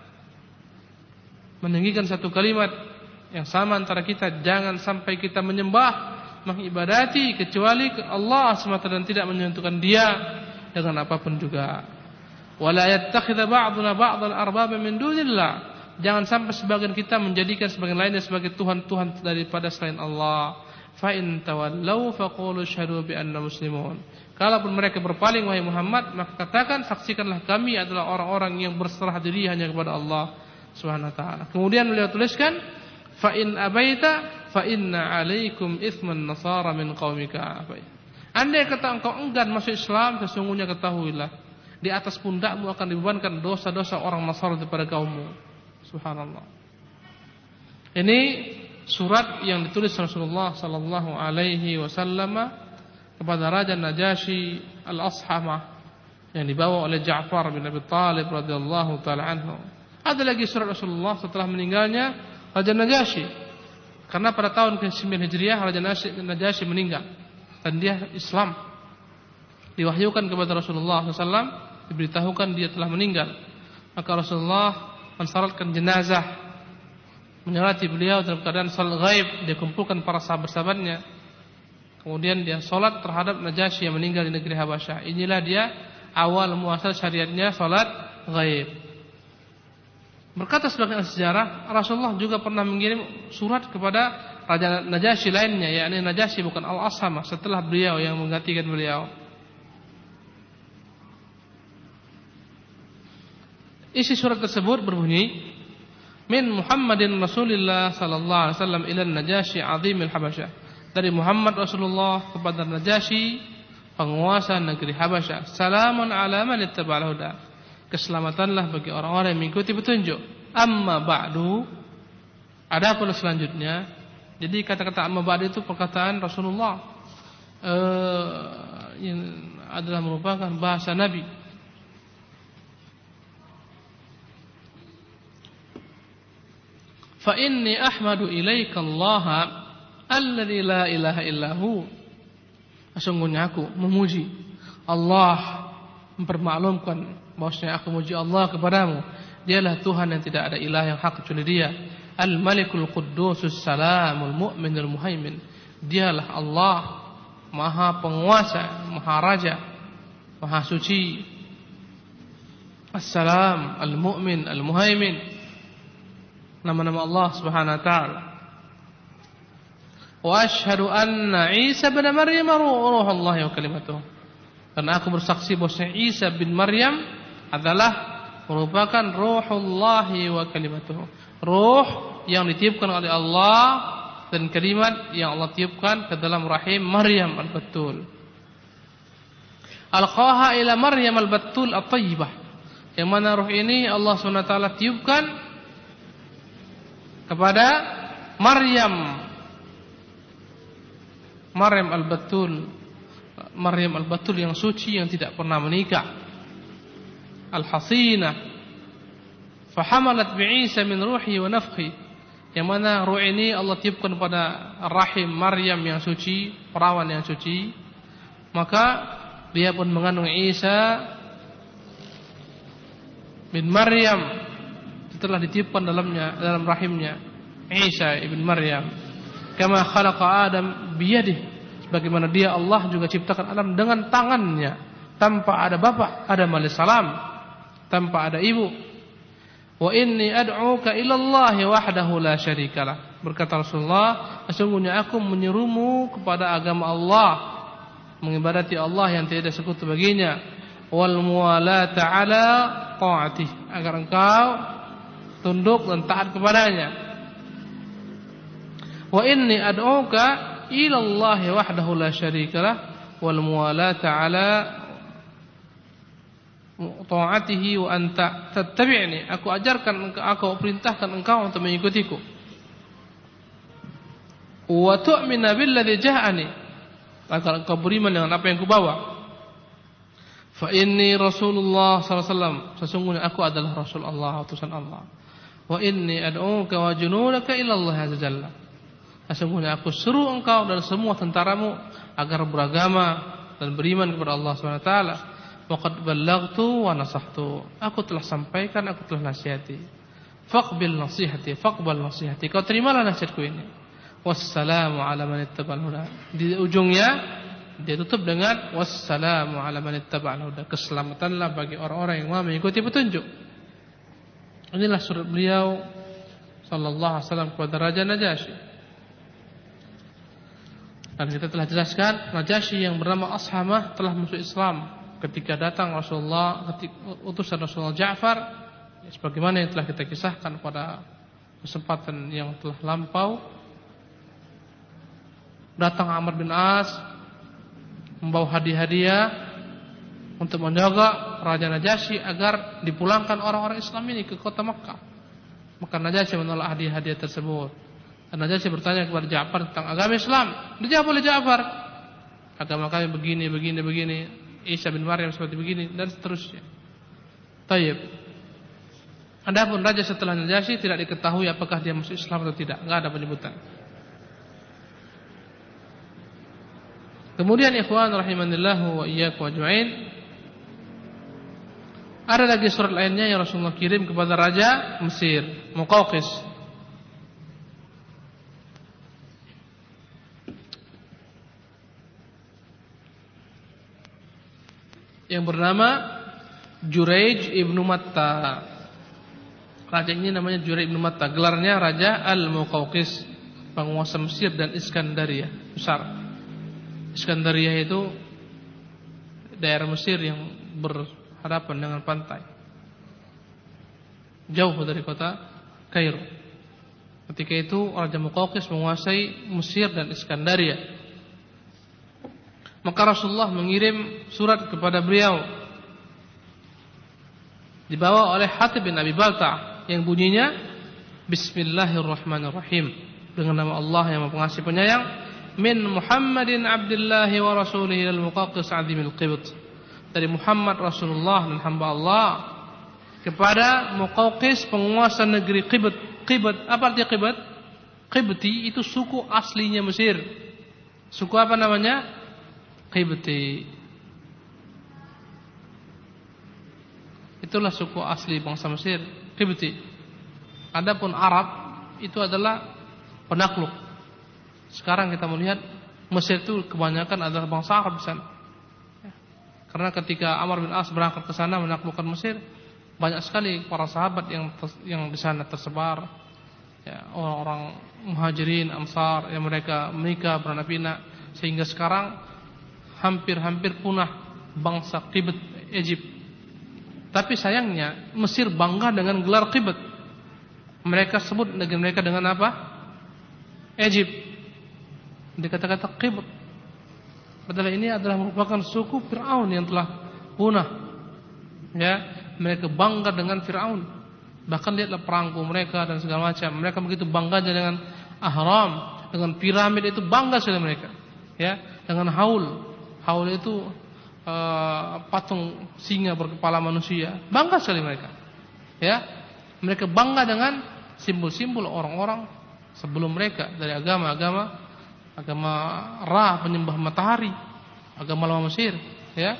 meninggikan satu kalimat yang sama antara kita, jangan sampai kita menyembah, mengibadati kecuali Allah semata dan tidak menyentuhkan Dia dengan apapun juga. Wala yattakhidha ba'duna ba'dhan arbaba min dunillah, jangan sampai sebagian kita menjadikan sebagian lainnya sebagai tuhan-tuhan daripada selain Allah. Fa in tawallaw faqulu asyhadu bi anna muslimun, kalaupun mereka berpaling wahai Muhammad, maka katakan saksikanlah kami adalah orang-orang yang berserah diri hanya kepada Allah Subhanahu wa taala. Kemudian beliau tuliskan, fa in abaita fa inna alaikum itsman nasara min qaumika. Andai kata engkau enggan masuk Islam, sesungguhnya ketahuilah di atas pundakmu akan dibebankan dosa-dosa orang Nasara daripada kaummu. Subhanallah. Ini surat yang ditulis Rasulullah sallallahu alaihi wasallam kepada Raja Najasyi Al-Ashamah yang dibawa oleh Ja'far bin Abi Thalib radhiyallahu taala anhu. Ada lagi surat Rasulullah setelah meninggalnya Raja Najasyi Karena pada tahun ke sembilan Hijriah Raja Najasyi meninggal dan dia Islam. Diwahyukan kepada Rasulullah shallallahu alaihi wasallam, diberitahukan dia telah meninggal. Maka Rasulullah mensyaratkan jenazah, menyolati beliau dalam keadaan salat ghaib. Dia kumpulkan para sahabat-sahabatnya. Kemudian dia salat terhadap Najasyi yang meninggal di negeri Habasyah. Inilah dia awal muasal syariatnya salat ghaib. Berkata sebagian sejarah, Rasulullah juga pernah mengirim surat kepada Raja Najasyi lainnya, yakni Najasyi bukan Al-Ashamah, setelah beliau yang menggantikan beliau. Isi surat tersebut berbunyi, Min Muhammadin Rasulillah sallallahu alaihi wasallam ila Najasyi azimil Habasyah. Dari Muhammad Rasulullah kepada Najasyi, penguasa negeri Habasyah. Salamun ala man ittaba'al huda. Keselamatanlah bagi orang-orang yang mengikuti petunjuk. Amma ba'du, adapun selanjutnya. Jadi kata-kata amma ba'du itu perkataan Rasulullah, uh, yang adalah merupakan bahasa Nabi. Fa inni ahmadu ilaika Allah alladzi la ilaha illahu. Sesungguhnya aku memuji Allah, mempermaklumkan bahwasanya aku memuji Allah kepadamu. Dialah Tuhan yang tidak ada ilah yang hak kecuali Dia. Al-Malikul Quddusus Salamul Mu'minul Muhaimin. Dialah Allah, Maha Penguasa, Maha Raja, Maha Suci. As-Salam, Al-Mu'min, Al-Muhaimin. Nama-nama Allah Subhanahu wa taala. Wa asyhadu anna Isa bin Maryam ruhullah wa kalimatuh. Dan aku bersaksi bahwa Isa bin Maryam adalah merupakan ruhullahi wa kalimatuh. Ruh yang ditiupkan oleh Allah dan kalimat yang Allah tiupkan ke dalam rahim Maryam al-Battul. Alqaha ila Maryam al-Battul at-tayyibah. Yang mana ruh ini Allah subhanahu wa taala tiupkan kepada Maryam. Maryam al-Battul. Maryam al-Battul yang suci, yang tidak pernah menikah. Al-Hasinah. Fahamalat bi'isa min ruhi wa nafkhi. Yang mana ruh ini Allah tiupkan pada rahim Maryam yang suci, perawan yang suci. Maka dia pun mengandung Isa bin Maryam, setelah ditiupkan dalamnya, dalam rahimnya Isa ibn Maryam. Kama khalaqa Adam biyadihi. Bagaimana dia Allah juga ciptakan Adam dengan tangannya, tanpa ada bapak Adam alaihissalam, tanpa ada ibu. Wa inni ad'uka ila Allah wahdahu la syarikalah. Berkata Rasulullah, sesungguhnya aku menyerumu kepada agama Allah, mengibadati Allah yang tidak ada sekutu baginya, wal muwalata ala ta'atih, agar engkau tunduk dan taat kepadanya. Wa inni ad'uka ila Allah wahdahu la syarikalah wal muwalata ala ta'atihi wa anta tattabi'ni. Aku ajarkan engkau, aku perintahkan engkau untuk mengikutiku. Wa tu'mina billadzi ja'ani, agar engkau beriman dengan apa yang kubawa. Fa inni Rasulullah sallallahu alaihi wasallam, sesungguhnya aku adalah Rasul Allah, utusan Allah. Wa inni ad'uka wa junudaka ila Allah azza jalla. Sesungguhnya aku seru engkau dan semua tentaramu agar beragama dan beriman kepada Allah subhanahu wa taala. Waqad ballaghtu wa nasahtu. Aku telah sampaikan, aku telah nasihati. Faqbil nasihati, faqbal nasihati. Kau terimalah nasihatku ini. Wassalamu ala man ittaba'al huda. Di ujungnya dia tutup dengan wassalamu ala man ittaba'al huda. Keselamatanlah bagi orang-orang yang mau mengikuti petunjuk. Inilah surat beliau sallallahu alaihi wasallam kepada Raja Najasyi. Dan kita telah jelaskan Najasyi yang bernama Ashamah telah masuk Islam ketika datang Rasulullah, ketika utusan Rasulullah Ja'far, sebagaimana yang telah kita kisahkan pada kesempatan yang telah lampau. Datang Amr bin As membawa hadiah-hadiah untuk menjaga Raja Najasyi agar dipulangkan orang-orang Islam ini ke kota Makkah. Maka Najasyi menolak hadiah-hadiah tersebut. Dan Najasyi bertanya kepada Ja'far tentang agama Islam. Dijawab oleh Ja'far, agama kami begini, begini, begini. Isa bin Maryam seperti begini, dan seterusnya. Tayyib. Adapun raja setelah Najasyi tidak diketahui apakah dia masuk Islam atau tidak. Enggak ada penyebutan. Kemudian ikhwan rahimanillahu wa iyyakum ajmain, ada lagi surat lainnya yang Rasulullah kirim kepada Raja Mesir, Muqawqis. Yang bernama Juraij ibnu Matta. Raja ini namanya Juraij ibnu Matta. Gelarnya Raja Al-Muqawqis, penguasa Mesir dan Iskandaria besar. Iskandaria itu daerah Mesir yang berhadapan dengan pantai, jauh dari kota Kairo. Ketika itu Raja Muqawqis menguasai Mesir dan Iskandaria. Maka Rasulullah mengirim surat kepada beliau, dibawa oleh Hatib bin Abi Balta'ah, yang bunyinya Bismillahirrahmanirrahim, dengan nama Allah yang Maha Pengasih Penyayang, min Muhammadin Abdillahi wa Rasulihi al-Muqawqis Azimil Qibt, dari Muhammad Rasulullah dan hamba Allah kepada Muqawqis, penguasa negeri Qibt. Qibt, apa artinya Qibt? Qibti itu suku aslinya Mesir. Suku apa namanya? Qibti. Itulah suku asli bangsa Mesir, Qibti. Adapun Arab itu adalah penakluk. Sekarang kita melihat Mesir itu kebanyakan adalah bangsa Arab di sana. Karena ketika Amr bin As berangkat ke sana menaklukkan Mesir, banyak sekali para sahabat yang yang di sana tersebar. Ya, orang-orang Muhajirin, Ansar yang mereka menikah beranak pinak, sehingga sekarang hampir-hampir punah bangsa Qibt Egypt. Tapi sayangnya Mesir bangga dengan gelar Qibt. Mereka sebut negeri mereka dengan apa? Egypt. Dikata-kata Qibt. Padahal ini adalah merupakan suku Fir'aun yang telah punah. Ya, mereka bangga dengan Fir'aun. Bahkan lihatlah perangko mereka dan segala macam. Mereka begitu bangganya dengan ahram, dengan piramid, itu bangga sekali mereka. Ya, dengan haul. Haul itu uh, patung singa berkepala manusia. Bangga sekali mereka. Ya, mereka bangga dengan simbol-simbol orang-orang sebelum mereka dari agama-agama agama Ra, penyembah matahari, agama lama Mesir. Ya,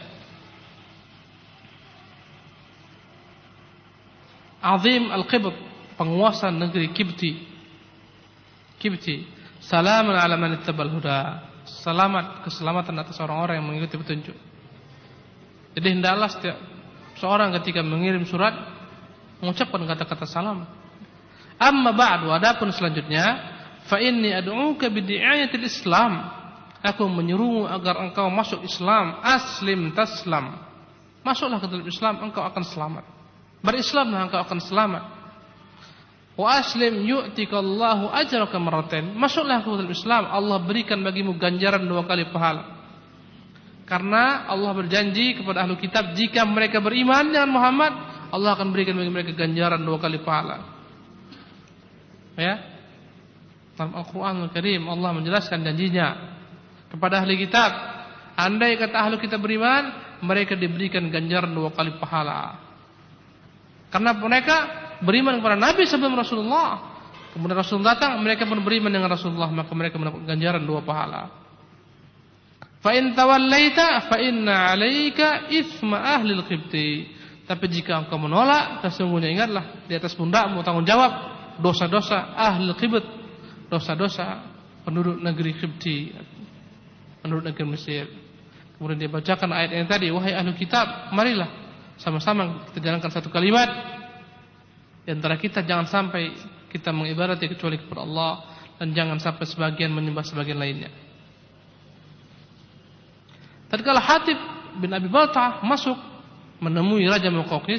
Azim Al-Qibt, penguasa negeri Qibti. Qibti. Salaman ala man ittabal huda. Selamat, keselamatan atas orang-orang yang mengikuti petunjuk. Jadi hendaklah setiap seorang ketika mengirim surat mengucapkan kata-kata salam. Amma ba'du, adapun selanjutnya, fa inni ad'uka bidi'ayatil Islam. Aku menyuruhmu agar engkau masuk Islam. Aslim taslam. Masuklah ke dalam Islam, engkau akan selamat. Berislamlah, engkau akan selamat. Wa aslim yu'tikallahu ajraka marratain. Masuklah ke dalam Islam, Allah berikan bagimu ganjaran dua kali pahala. Karena Allah berjanji kepada ahlu kitab, jika mereka beriman dengan Muhammad, Allah akan berikan bagi mereka ganjaran dua kali pahala. Ya, dalam Al-Quranul Karim Allah menjelaskan janjinya kepada ahli kitab. Andai kata ahli kitab beriman, mereka diberikan ganjaran dua kali pahala. Karena mereka beriman kepada Nabi sebelum Rasulullah. Kemudian Rasul datang, mereka pun beriman dengan Rasulullah, maka mereka mendapat ganjaran dua pahala. Fa in tawallaita fa inna 'alaika itsma ahli al-qibti. Tapi jika engkau menolak, sesungguhnya ingatlah di atas pundakmu tanggung jawab dosa-dosa ahli al-qibt, dosa-dosa penduduk negeri Qibti, penduduk negeri Mesir. Kemudian dia bacakan ayat yang tadi, wahai ahli kitab, marilah sama-sama kita jalankan satu kalimat. Di antara kita jangan sampai kita mengibadati kecuali kepada Allah, dan jangan sampai sebagian menyembah sebagian lainnya. Tatkala Hatib bin Abi Balta'ah masuk menemui Raja Muqawqis,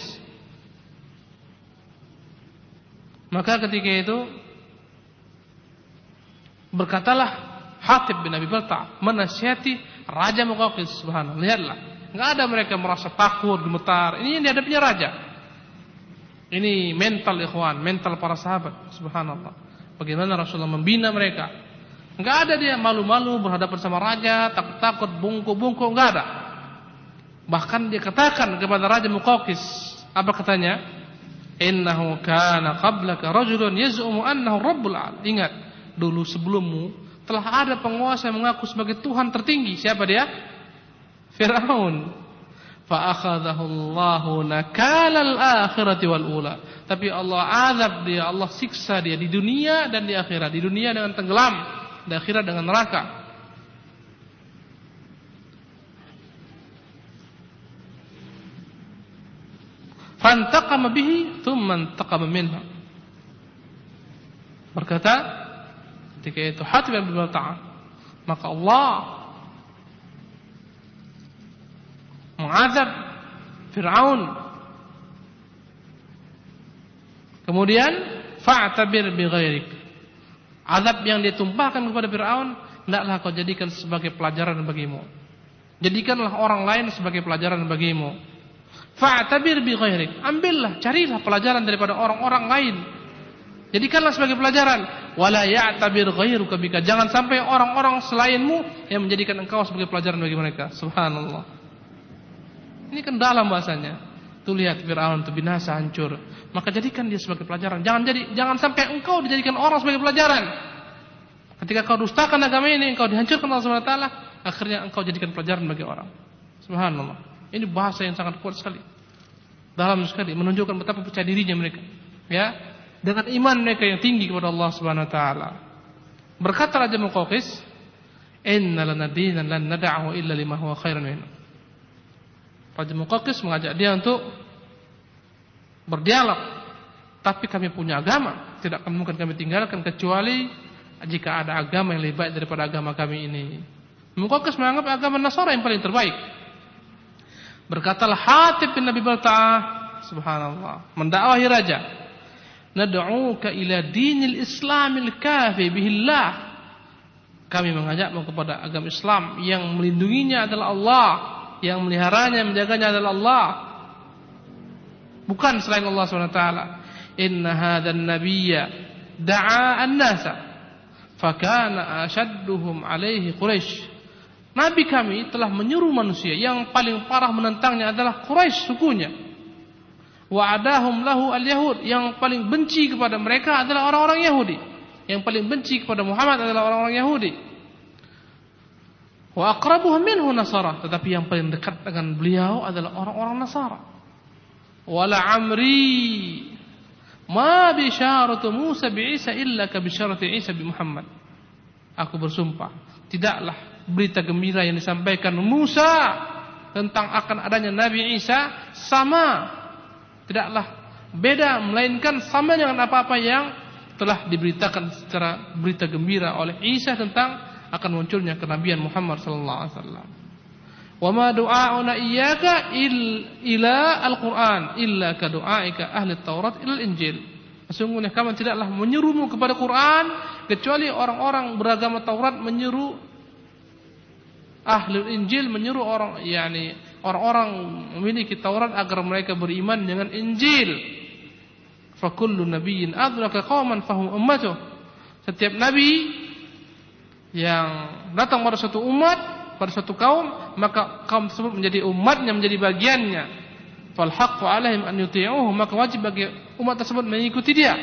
maka ketika itu berkatalah Hatib bin Abi Balta'ah menasihati Raja Muqawqis. Subhanallah, lihatlah, enggak ada mereka merasa takut, gemetar. Ini yang dihadapinya raja. Ini mental ikhwan, mental para sahabat. Subhanallah, bagaimana Rasulullah membina mereka. Enggak ada dia malu-malu berhadapan sama raja, takut-takut, bungkuk-bungkuk, enggak ada. Bahkan dia katakan kepada Raja Muqawqis, apa katanya? Innahu kana qablaka rajulun yaz'umu annahu rabbul alamin. Ingat, dulu sebelummu Telah ada penguasa yang mengaku sebagai Tuhan tertinggi. Siapa dia? Fir'aun. Fa akhadhahu Allahu nakalal akhirati wal ula. Tapi Allah azab dia, Allah siksa dia di dunia dan di akhirat. Di dunia dengan tenggelam, di akhirat dengan neraka. Fantaqama bihi thumma intaqama minhu. Berkata ketika itu Hatib bin Balta'ah, maka Allah mengazab Fir'aun. Kemudian fa'tabir bi ghairik. Azab yang ditumpahkan kepada Fir'aun hendaklah kau jadikan sebagai pelajaran bagimu. Jadikanlah orang lain sebagai pelajaran bagimu. Fa'tabir bi ghairik. Ambillah, carilah pelajaran daripada orang-orang lain. Jadikanlah sebagai pelajaran. Wala ya'tabir ghairuka bika. Jangan sampai orang-orang selainmu yang menjadikan engkau sebagai pelajaran bagi mereka. Subhanallah. Ini kan dalam bahasanya. Tuh lihat Fir'aun itu binasa, hancur. Maka jadikan dia sebagai pelajaran. Jangan jadi, jangan sampai engkau dijadikan orang sebagai pelajaran. Ketika kau dustakan agama ini, engkau dihancurkan Allah Subhanahu wa taala, akhirnya engkau jadikan pelajaran bagi orang. Subhanallah. Ini bahasa yang sangat kuat sekali. Dalam sekali menunjukkan betapa percaya dirinya mereka. Ya, dengan iman mereka yang tinggi kepada Allah Subhanahu wa taala. Berkata Raja Muqawqis, "Inna lana dinan lan nad'ahu illa lima huwa khairan minhu." Raja Muqawqis mengajak dia untuk berdialog. Tapi kami punya agama, tidak akan mungkin kami tinggalkan kecuali jika ada agama yang lebih baik daripada agama kami ini. Muqawqis menganggap agama Nasara yang paling terbaik. Berkatalah Hatib bin Abi Balta'ah, subhanallah, mendakwahi raja, "Nad'uka ila dinil Islamil kafi bihillah." Kami mengajakmu kepada agama Islam yang melindunginya adalah Allah, yang meliharanya, menjaganya adalah Allah, bukan selain Allah subhanahu wa taala. Inna hadzal nabiyya da'a an-nasa fakana ashadduhum alaihi Quraisy. Nabi kami telah menyuruh manusia, yang paling parah menentangnya adalah Quraisy sukunya. Wa adahum lahu al-yahud, yang paling benci kepada mereka adalah orang-orang Yahudi. Yang paling benci kepada Muhammad adalah orang-orang Yahudi. Wa aqrabuhum minhu Nasara, tetapi yang paling dekat dengan beliau adalah orang-orang Nasara. Wala amri ma bisyaratu Musa bi Isa illa ka bisyarati Isa bi Muhammad. Aku bersumpah, tidaklah berita gembira yang disampaikan Musa tentang akan adanya Nabi Isa sama, tidaklah beda, melainkan sama dengan apa-apa yang telah diberitakan secara berita gembira oleh Isa tentang akan munculnya kenabian Muhammad sallallahu alaihi wasallam. Wa ma du'auna iyyaka ila al-Qur'an illa ka du'aika ahli Taurat ila Injil. Sesungguhnya kami tidaklah menyerumu kepada Quran kecuali orang-orang beragama Taurat menyeru ahli Injil, menyeru orang yakni orang-orang memiliki Taurat agar mereka beriman dengan Injil. Fa kullu nabiyyin adraka qauman fahum ummatuh. Setiap nabi yang datang pada suatu umat, pada suatu kaum, maka kaum tersebut menjadi umatnya, menjadi bagiannya. Fal haqqu alaihim an yuti'uhu, maka wajib bagi umat tersebut mengikuti dia.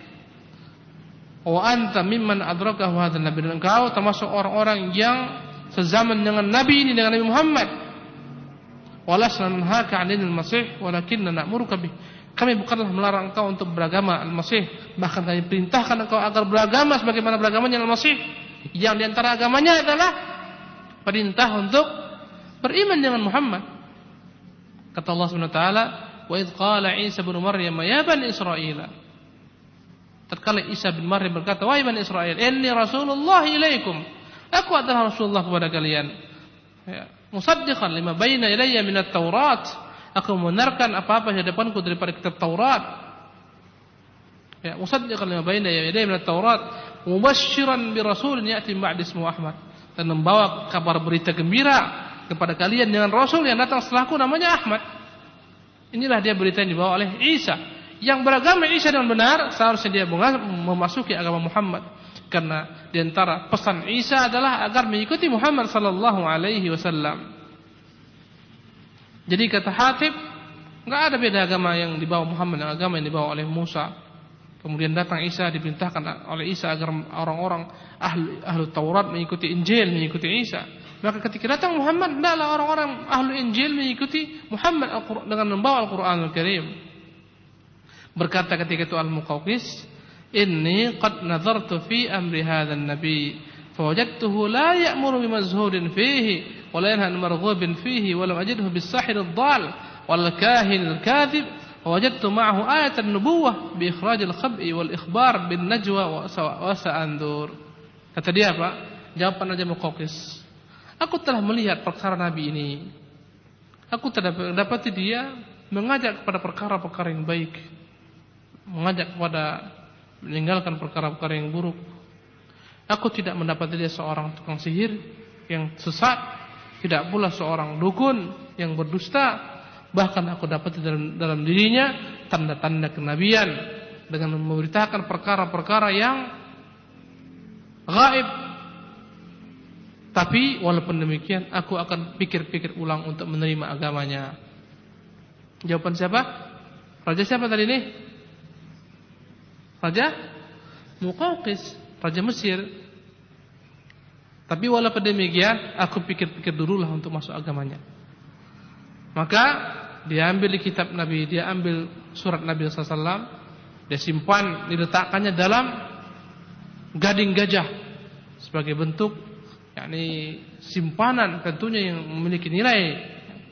Wa anta mimman adrakahu hadzal nabi, dan engkau termasuk orang-orang yang sezaman dengan nabi ini, dengan Nabi Muhammad. Walasna nanhaka 'anil masih walakinna na'muruka bih. Kami bukanlah melarang engkau untuk beragama al-Masih, bahkan kami perintahkan engkau agar beragama sebagaimana beragamanya al-Masih. Yang diantara agamanya adalah perintah untuk beriman dengan Muhammad. Kata Allah Subhanahu wa taala, "Wa idz qala Isa bin Maryam ya bani Israil." Tatkala Isa bin Maryam berkata, "Wahai bani Israil, inni rasulullah ilaikum." Aku adalah Rasulullah kepada kalian. Ya, musaddiqan lima baina ilayya minat Taurat. Aku membenarkan apa-apa yang di depanku daripada kitab Taurat. Ya, musaddiqan lima baina ilayya minat Taurat. Mubasysyiran bi rasulin ya'ti ba'di ismuhu Ahmad, dan membawa kabar berita gembira kepada kalian dengan rasul yang datang setelahku namanya Ahmad. Inilah dia berita yang dibawa oleh Isa. Yang beragama Isa dengan benar seharusnya dia memasuki agama Muhammad, karena di antara pesan Isa adalah agar mengikuti Muhammad sallallahu alaihi wasallam. Jadi kata Hatib, enggak ada beda agama yang dibawa Muhammad dengan agama yang dibawa oleh Musa. Kemudian datang Isa, diperintahkan oleh Isa agar orang-orang ahli, ahli Taurat mengikuti Injil, mengikuti Isa. Maka ketika datang Muhammad, hendaklah orang-orang ahli Injil mengikuti Muhammad dengan membawa Al-Quranul Karim. Berkata ketika itu Al-Muqawqis, "Inni qad nazartu fi amri hadzal nabi, fawajadtuhu la ya'muru bimazhudin fihi, wa la yanha 'an marghubin fihi, wa lam ajidhu bis-sahir ad-dhal wal kahin al-kadhib." Wajadtu ma'ahu ayatan nubuwah bi ikhrajil khab'i wal ikhbar bin najwa wa sa'andur. Kata dia apa? Jawaban Raja Muqawqis, aku telah melihat perkara Nabi ini. Aku telah dapati dia mengajak kepada perkara-perkara yang baik, mengajak kepada meninggalkan perkara-perkara yang buruk. Aku tidak mendapati dia seorang tukang sihir yang sesat, tidak pula seorang dukun yang berdusta. Bahkan aku dapat dalam, dalam dirinya tanda-tanda kenabian dengan memberitakan perkara-perkara yang gaib. Tapi walaupun demikian, aku akan pikir-pikir ulang untuk menerima agamanya. Jawaban siapa? Raja siapa tadi nih? Raja Muqawqis, Raja Mesir. Tapi walaupun demikian, aku pikir-pikir dululah untuk masuk agamanya. Maka dia ambil di kitab Nabi, dia ambil surat Nabi sallallahu alaihi wasallam, dia simpan, diletakkannya dalam gading gajah sebagai bentuk yakni simpanan tentunya yang memiliki nilai.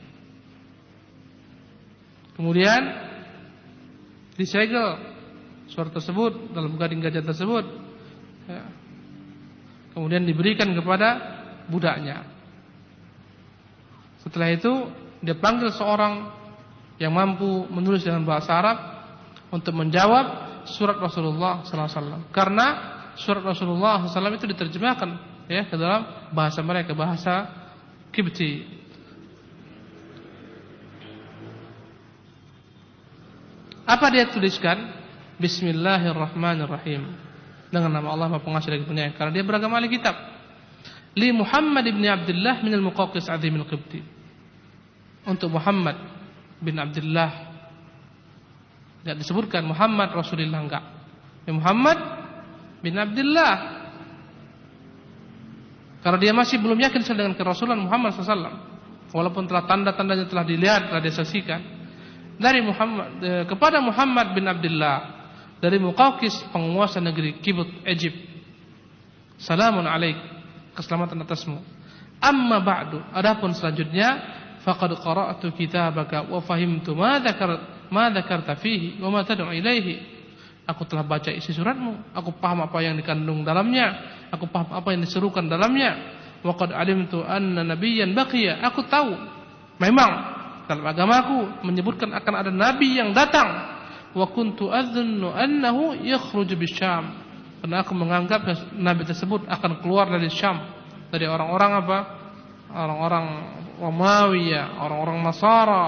Kemudian disegel surat tersebut dalam gading gajah tersebut, ya. Kemudian diberikan kepada budaknya. Setelah itu dia panggil seorang yang mampu menulis dengan bahasa Arab untuk menjawab surat Rasulullah sallallahu alaihi wasallam. Karena surat Rasulullah sallallahu alaihi wasallam itu diterjemahkan ya ke dalam bahasa mereka, bahasa Qibti. Apa dia tuliskan? Bismillahirrahmanirrahim. Dengan nama Allah Maha Pengasih lagi Penyayang. Karena dia beragama ahli kitab. Li Muhammad ibn Abdullah min al-Muqawqis azim al-Qibti. Untuk Muhammad bin Abdullah, tidak disebutkan Muhammad Rasulullah, enggak. Ya, Muhammad bin Abdullah. Karena dia masih belum yakin dengan kerasulan Muhammad sallallahu alaihi wasallam, walaupun telah tanda-tandanya telah dilihat, telah disaksikan. Dari Muhammad eh, kepada Muhammad bin Abdullah dari Muqawqis, penguasa negeri Qibt, Egypt. Salamun alaik, keselamatan atasmu. Amma ba'du, adapun selanjutnya, faqad qara'tu kitabaka wa fahimtu ma dzakar ma dzakarta fihi wa ma tad'u ilaihi. Aku telah baca isi suratmu, aku paham apa yang dikandung dalamnya, aku paham apa yang diserukan dalamnya. Wa qad alimtu anna nabiyyan baqiya. Aku tahu memang dalam agamaku menyebutkan akan ada nabi yang datang. Wa kuntu adzunnu annahu yakhruju bisyam. Karena aku menganggap nabi tersebut akan keluar dari Syam, dari orang-orang apa? Orang-orang Romawi, orang-orang Nasara.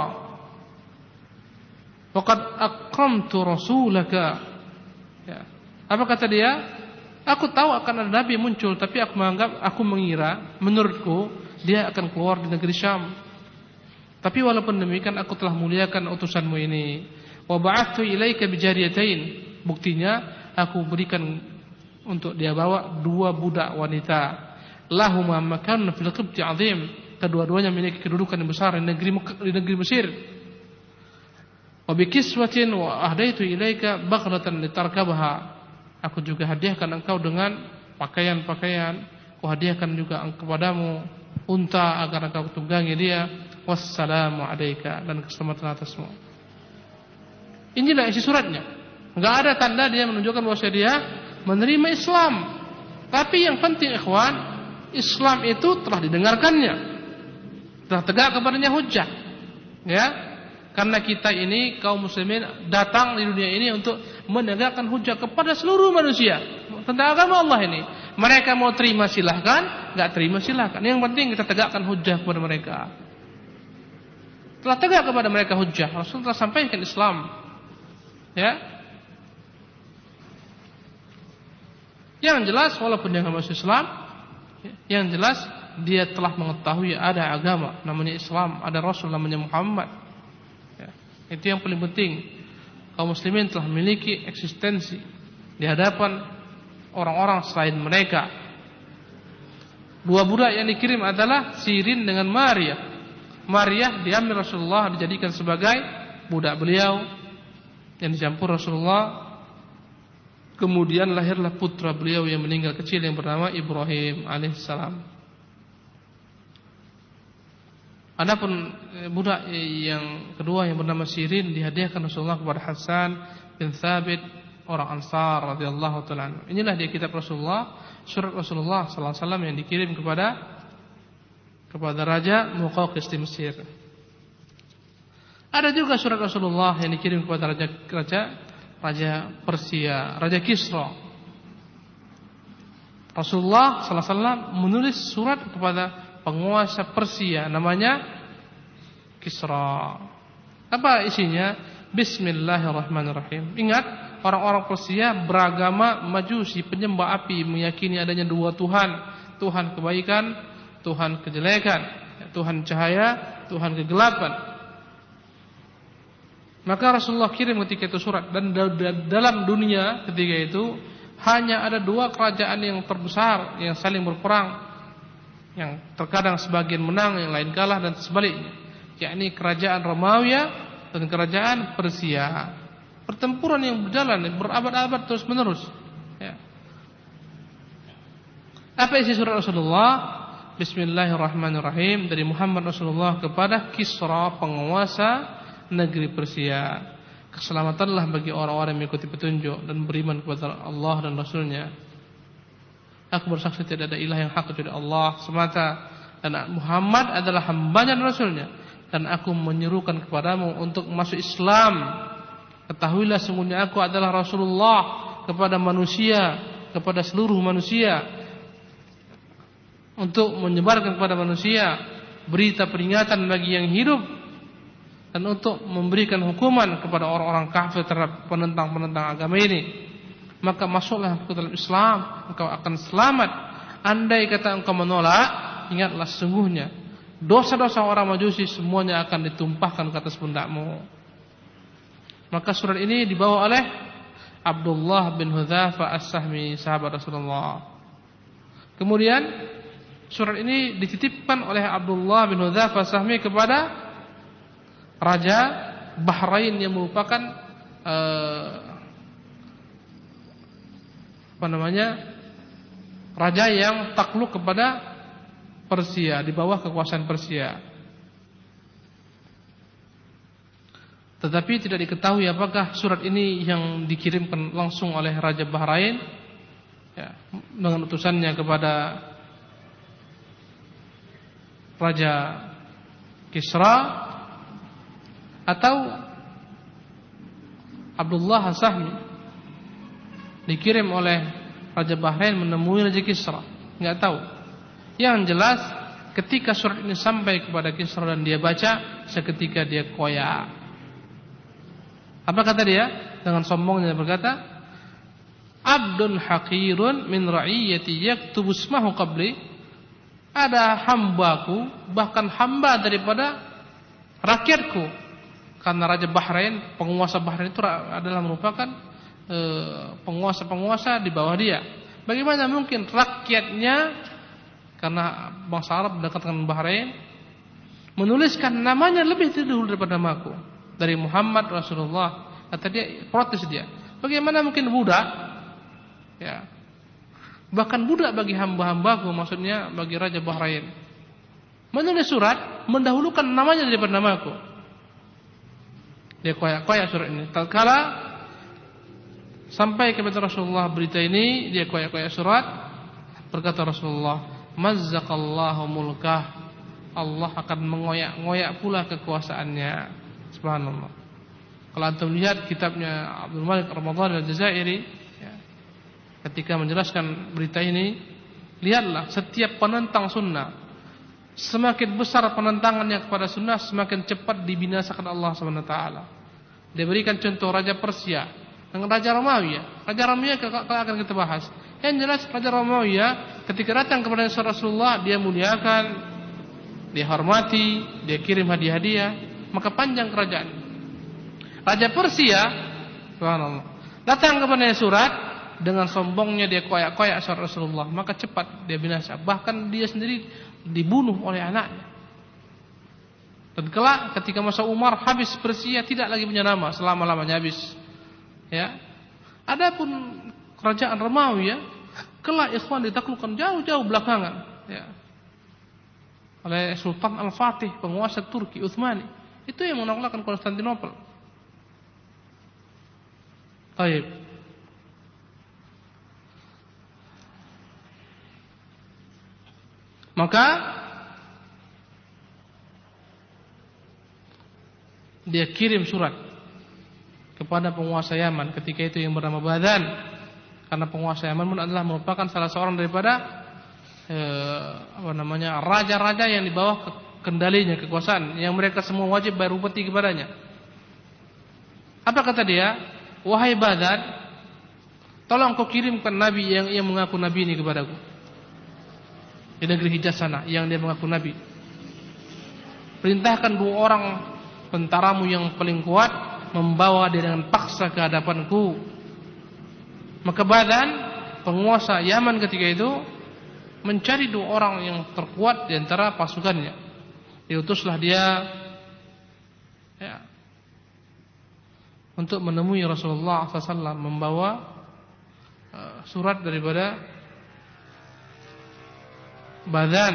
Waqad aqamtu rasulaka. Ya. Apa kata dia? Aku tahu akan ada nabi muncul, tapi aku menganggap, aku mengira, menurutku dia akan keluar di negeri Syam. Tapi walaupun demikian, aku telah muliakan utusanmu ini. Wa ba'athtu ilaika bijariyatain. Buktinya aku berikan untuk dia bawa dua budak wanita. Lahuma makan fil Qibti azim. Kedua-duanya memiliki kedudukan yang besar di negeri di negeri Mesir. Wa bikiswatin wa ahdaitu ilaika baghlatan litarkabha. Aku juga hadiahkan engkau dengan pakaian-pakaian. Aku hadiahkan juga kepadamu unta agar engkau tunggangi dia. Wassalamu alaika, dan keselamatan atasmu. Inilah isi suratnya. Enggak ada tanda dia menunjukkan bahwa dia menerima Islam. Tapi yang penting ikhwan, Islam itu telah didengarkannya, telah tegak kepadanya hujjah. Ya, karena kita ini kaum muslimin datang di dunia ini untuk menegakkan hujjah kepada seluruh manusia tentang agama Allah ini. Mereka mau terima silahkan, enggak terima silahkan. Yang penting kita tegakkan hujjah kepada mereka. Telah tegak kepada mereka hujjah. Rasul telah sampaikan Islam. Ya. Yang jelas walaupun dia enggak masuk Islam, yang jelas dia telah mengetahui ada agama namanya Islam, ada Rasul namanya Muhammad. Ya. Itu yang paling penting. kaum muslimin telah memiliki eksistensi di hadapan orang-orang selain mereka. Dua budak yang dikirim adalah Sirin dengan Maria. Maria diambil Rasulullah, dijadikan sebagai budak beliau yang dicampur Rasulullah. Kemudian lahirlah putra beliau yang meninggal kecil yang bernama Ibrahim alaihissalam. Adapun budak yang kedua yang bernama Sirin dihadiahkan Rasulullah kepada Hasan bin Thabit, orang Ansar radhiyallahu taala. Inilah dia kitab Rasulullah, surat Rasulullah sallallahu alaihi wasallam yang dikirim kepada kepada Raja Muqawqis di Mesir. Ada juga surat Rasulullah yang dikirim kepada raja raja raja Persia, Raja Kisra. Rasulullah sallallahu alaihi wasallam menulis surat kepada penguasa Persia namanya Kisra. Apa isinya? Bismillahirrahmanirrahim. Ingat, orang-orang Persia beragama Majusi, penyembah api, meyakini adanya dua Tuhan, Tuhan kebaikan, Tuhan kejelekan, Tuhan cahaya, Tuhan kegelapan. Maka Rasulullah kirim ketika itu surat, dan dalam dunia ketika itu hanya ada dua kerajaan yang terbesar yang saling berperang, yang terkadang sebagian menang, yang lain kalah dan sebaliknya, yakni kerajaan Romawi dan kerajaan Persia. Pertempuran yang berjalan berabad-abad terus menerus ya. Apa isi surat Rasulullah? Bismillahirrahmanirrahim, dari Muhammad Rasulullah kepada Kisra, penguasa negeri Persia. Keselamatanlah bagi orang-orang yang mengikuti petunjuk dan beriman kepada Allah dan Rasulnya. Aku bersaksi tidak ada ilah yang hak kecuali Allah semata, dan Muhammad adalah hambanya dan Rasulnya. Dan aku menyerukan kepadamu untuk masuk Islam. Ketahuilah sungguhnya aku adalah Rasulullah kepada manusia, kepada seluruh manusia, untuk menyebarkan kepada manusia berita peringatan bagi yang hidup, dan untuk memberikan hukuman kepada orang-orang kafir terhadap penentang-penentang agama ini. Maka masuklah ke dalam Islam, engkau akan selamat. Andai kata engkau menolak, ingatlah sesungguhnya dosa-dosa orang Majusi semuanya akan ditumpahkan ke atas pundakmu. Maka surat ini dibawa oleh Abdullah bin Hudzafah As-Sahmi, sahabat Rasulullah. Kemudian surat ini dititipkan oleh Abdullah bin Hudzafah As-Sahmi kepada Raja Bahrain yang merupakan eh, apa namanya raja yang takluk kepada Persia, di bawah kekuasaan Persia. Tetapi tidak diketahui apakah surat ini yang dikirimkan langsung oleh Raja Bahrain ya, dengan utusannya kepada Raja Kisra, atau Abdullah As-Sahmi dikirim oleh Raja Bahrain menemui Raja Kisra. Enggak tahu. Yang jelas ketika surat ini sampai kepada Kisra dan dia baca, seketika dia koyak. Apa kata dia? Dengan sombongnya berkata, Abdun haqirun min ra'iyyati yaktubu ismahu qabli. Ada hambaku, bahkan hamba daripada rakyatku. Karena Raja Bahrain, penguasa Bahrain itu adalah merupakan e, penguasa-penguasa di bawah dia. Bagaimana mungkin rakyatnya, karena bangsa Arab dekat dengan Bahrain, menuliskan namanya lebih dulu daripada namaku, dari Muhammad Rasulullah. Kata dia, protes dia. Bagaimana mungkin budak, ya, bahkan budak bagi hamba-hambaku, maksudnya bagi Raja Bahrain, menulis surat mendahulukan namanya daripada namaku. Dia koyak-koyak surat ini. Tatkala sampai kepada Rasulullah berita ini, dia koyak-koyak surat. Berkata Rasulullah, mazzaqallahu mulkah, Allah akan mengoyak-ngoyak pula kekuasaannya. Subhanallah. Kalau antum lihat kitabnya Abdul Malik Ramadan Al-Jazairi ya, ketika menjelaskan berita ini, lihatlah setiap penentang sunnah, semakin besar penentangannya kepada sunnah, semakin cepat dibinasakan Allah subhanahu wa taala. Dia berikan contoh Raja Persia dengan Raja Romawi. Raja Romawi akan kita bahas. Yang jelas Raja Romawi ketika datang kepada Rasulullah, dia muliakan, dia hormati, dia kirim hadiah-hadiah, maka panjang kerajaan. Raja Persia Subhanallah. Datang kepadanya surat, dengan sombongnya dia koyak-koyak surat Rasulullah, maka cepat dia binasa. Bahkan dia sendiri dibunuh oleh anaknya. Dan kelak ketika masa Umar habis Persia, tidak lagi punya nama, selama-lamanya habis. Ya. Adapun kerajaan Romawi, ya, kelak ikhwan ditaklukkan jauh-jauh belakangan, ya, oleh Sultan Al-Fatih, penguasa Turki Utsmani. Itu yang menaklukkan Konstantinopel. Baik. Maka dia kirim surat kepada penguasa Yaman ketika itu yang bernama Badan, karena penguasa Yaman pun adalah merupakan salah seorang daripada eh, apa namanya raja-raja yang di bawah kendalinya, kekuasaan yang mereka semua wajib bayar upeti kepadanya. Apa kata dia? Wahai Badan, tolong kau kirimkan nabi yang yang mengaku nabi ini kepadaku di negeri Hijaz sana, yang dia mengaku nabi. Perintahkan dua orang tentaramu yang paling kuat membawa dia dengan paksa ke hadapanku. Maka Badan, penguasa Yaman ketika itu, mencari dua orang yang terkuat di antara pasukannya. Diutuslah dia, ya, untuk menemui Rasulullah sallallahu alaihi wasallam, membawa uh, surat daripada Badan,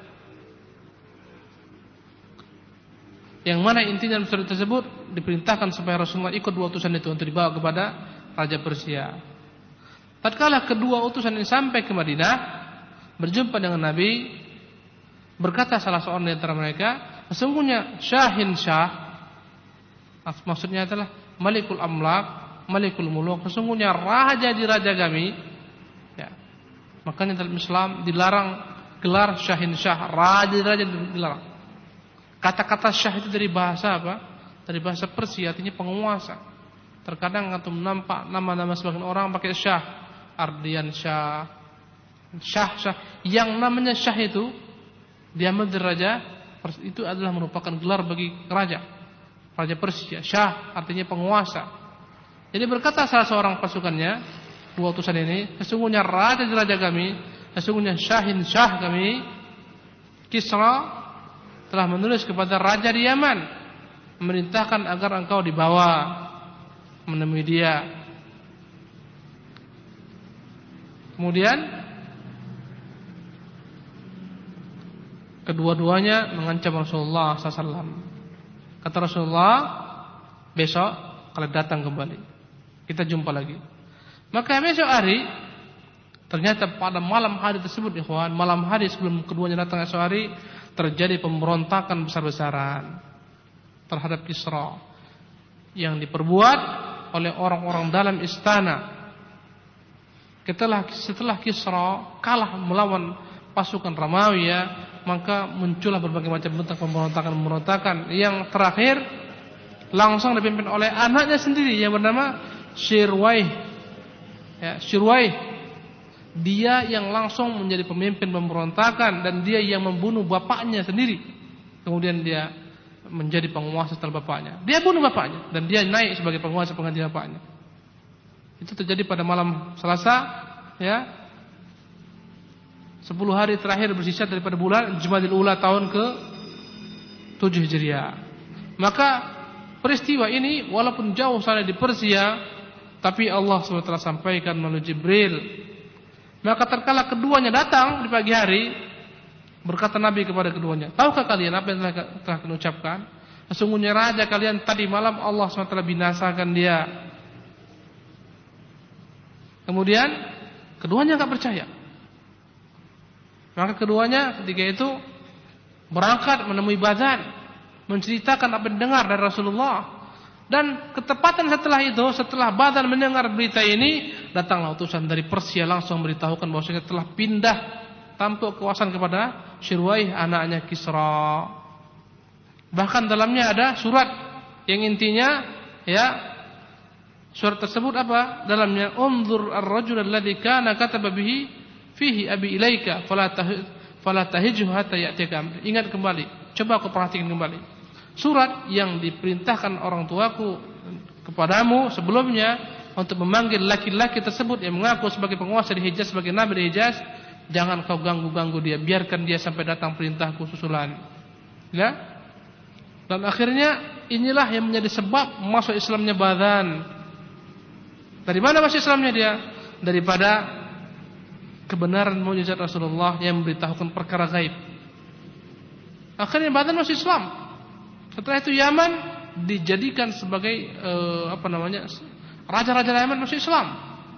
yang mana intinya dalam surat tersebut diperintahkan supaya Rasulullah ikut dua utusan itu untuk dibawa kepada Raja Persia. Tatkala kedua utusan ini sampai ke Madinah, berjumpa dengan Nabi, berkata salah seorang di antara mereka, sesungguhnya Syahin Syah, maksudnya adalah Malikul Amlak, Malikul Muluk, sesungguhnya raja di raja kami. Ya. Makanya dalam Islam dilarang gelar Syahin Syah, raja di raja dilarang. Kata-kata Syah itu dari bahasa apa? Dari bahasa Persia, artinya penguasa. Terkadang antum nampak nama-nama sebagian orang pakai Syah, Ardian Syah, Syah Syah. Yang namanya Syah itu diambil dari raja, itu adalah merupakan gelar bagi raja, raja Persia. Syah artinya penguasa. Jadi berkata salah seorang pasukannya, dua utusan ini, sesungguhnya raja di raja kami, sesungguhnya Syahin Syah kami, Kisra, telah menulis kepada raja di Yaman, memerintahkan agar engkau dibawa menemui dia. Kemudian kedua-duanya mengancam Rasulullah sallallahu alaihi wasallam. Kata Rasulullah, besok kalian datang kembali, kita jumpa lagi. Maka besok hari, ternyata pada malam hari tersebut, ikhwan, malam hari sebelum keduanya datang esok hari, terjadi pemberontakan besar-besaran terhadap Kisra yang diperbuat oleh orang-orang dalam istana. Setelah, setelah Kisra kalah melawan pasukan Romawi, maka muncullah berbagai macam bentuk pemberontakan-pemberontakan yang terakhir langsung dipimpin oleh anaknya sendiri yang bernama Syirwaih. Ya, Syirwaih, dia yang langsung menjadi pemimpin pemberontakan dan dia yang membunuh bapaknya sendiri. Kemudian dia menjadi penguasa setelah bapaknya. Dia bunuh bapaknya dan dia naik sebagai penguasa pengganti bapaknya. Itu terjadi pada malam Selasa, ya. sepuluh hari terakhir bersisa daripada bulan Jumadil Ula tahun ke tujuh Hijriah. Maka peristiwa ini walaupun jauh sana di Persia, tapi Allah subhanahu wa taala sampaikan melalui Jibril. Maka tatkala keduanya datang di pagi hari, berkata Nabi kepada keduanya, tahukah kalian apa yang telah, telah kalian ucapkan? Sesungguhnya raja kalian tadi malam Allah subhanahu wa taala binasakan dia. Kemudian keduanya enggak percaya. Maka keduanya ketika itu berangkat menemui Badan, menceritakan apa yang dengar dari Rasulullah. Dan ketepatan setelah itu, setelah Badan mendengar berita ini, datanglah utusan dari Persia langsung memberitahukan bahwasanya telah pindah tampuk kekuasaan kepada Syirwaih, anaknya Kisra. Bahkan dalamnya ada surat yang intinya, ya, surat tersebut apa? Dalamnya, unzur ar-rajul alladzi kana kataba bihi fihi abi ilaika fala fala tahijhu hatta ya'tika. Ingat kembali, coba aku perhatikan kembali. Surat yang diperintahkan orang tuaku kepadamu sebelumnya untuk memanggil laki-laki tersebut yang mengaku sebagai penguasa di Hijaz, sebagai nabi di Hijaz, jangan kau ganggu-ganggu dia, biarkan dia sampai datang perintahku susulan. Ya? Dan akhirnya inilah yang menjadi sebab masuk Islamnya Badhan. Dari mana masuk Islamnya dia? Daripada kebenaran mukjizat Rasulullah yang memberitahukan perkara gaib. Akhirnya Badhan masuk Islam. Setelah itu Yaman dijadikan sebagai uh, apa namanya raja-raja Yaman masuk Islam.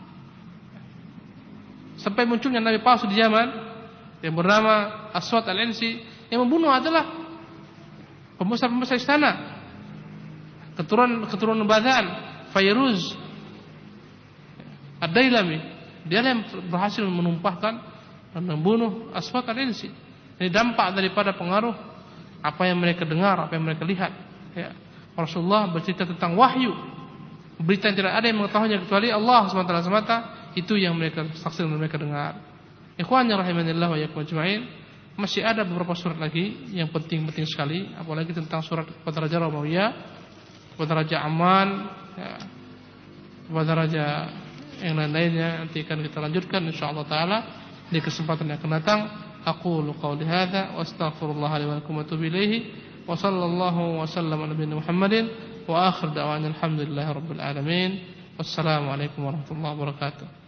Sampai munculnya nabi palsu di Yaman yang bernama Aswad Al-Ansi, yang membunuh adalah pembesar-pembesar istana, keturunan keturunan Badhan, Fairuz Ad-Dailami. Dia yang berhasil menumpahkan dan membunuh Aswad Al-Ansi. Ini dampak daripada pengaruh apa yang mereka dengar, apa yang mereka lihat. Ya. Rasulullah bercerita tentang wahyu, berita yang tidak ada yang mengetahuinya kecuali Allah subhanahu wa taala semata. Itu yang mereka saksikan dan mereka dengar. Ikhwan yang rahimanillah wa iyyakum ajma'in, masih ada beberapa surat lagi yang penting-penting sekali, apalagi tentang surat kepada Raja Umayyah, kepada Raja Amman, ya, kepada raja yang lain-lainnya. Nanti akan kita lanjutkan insyaallah taala di kesempatan yang akan datang. Aqulu qawli hadza wa astaghfirullah li wa lakum wa atubu ilaihi wa sallallahu wa sallama ala nabiyyina Muhammadin wa akhir da'wana alhamdulillahi rabbil alamin. Wassalamu alaikum warahmatullahi wabarakatuh.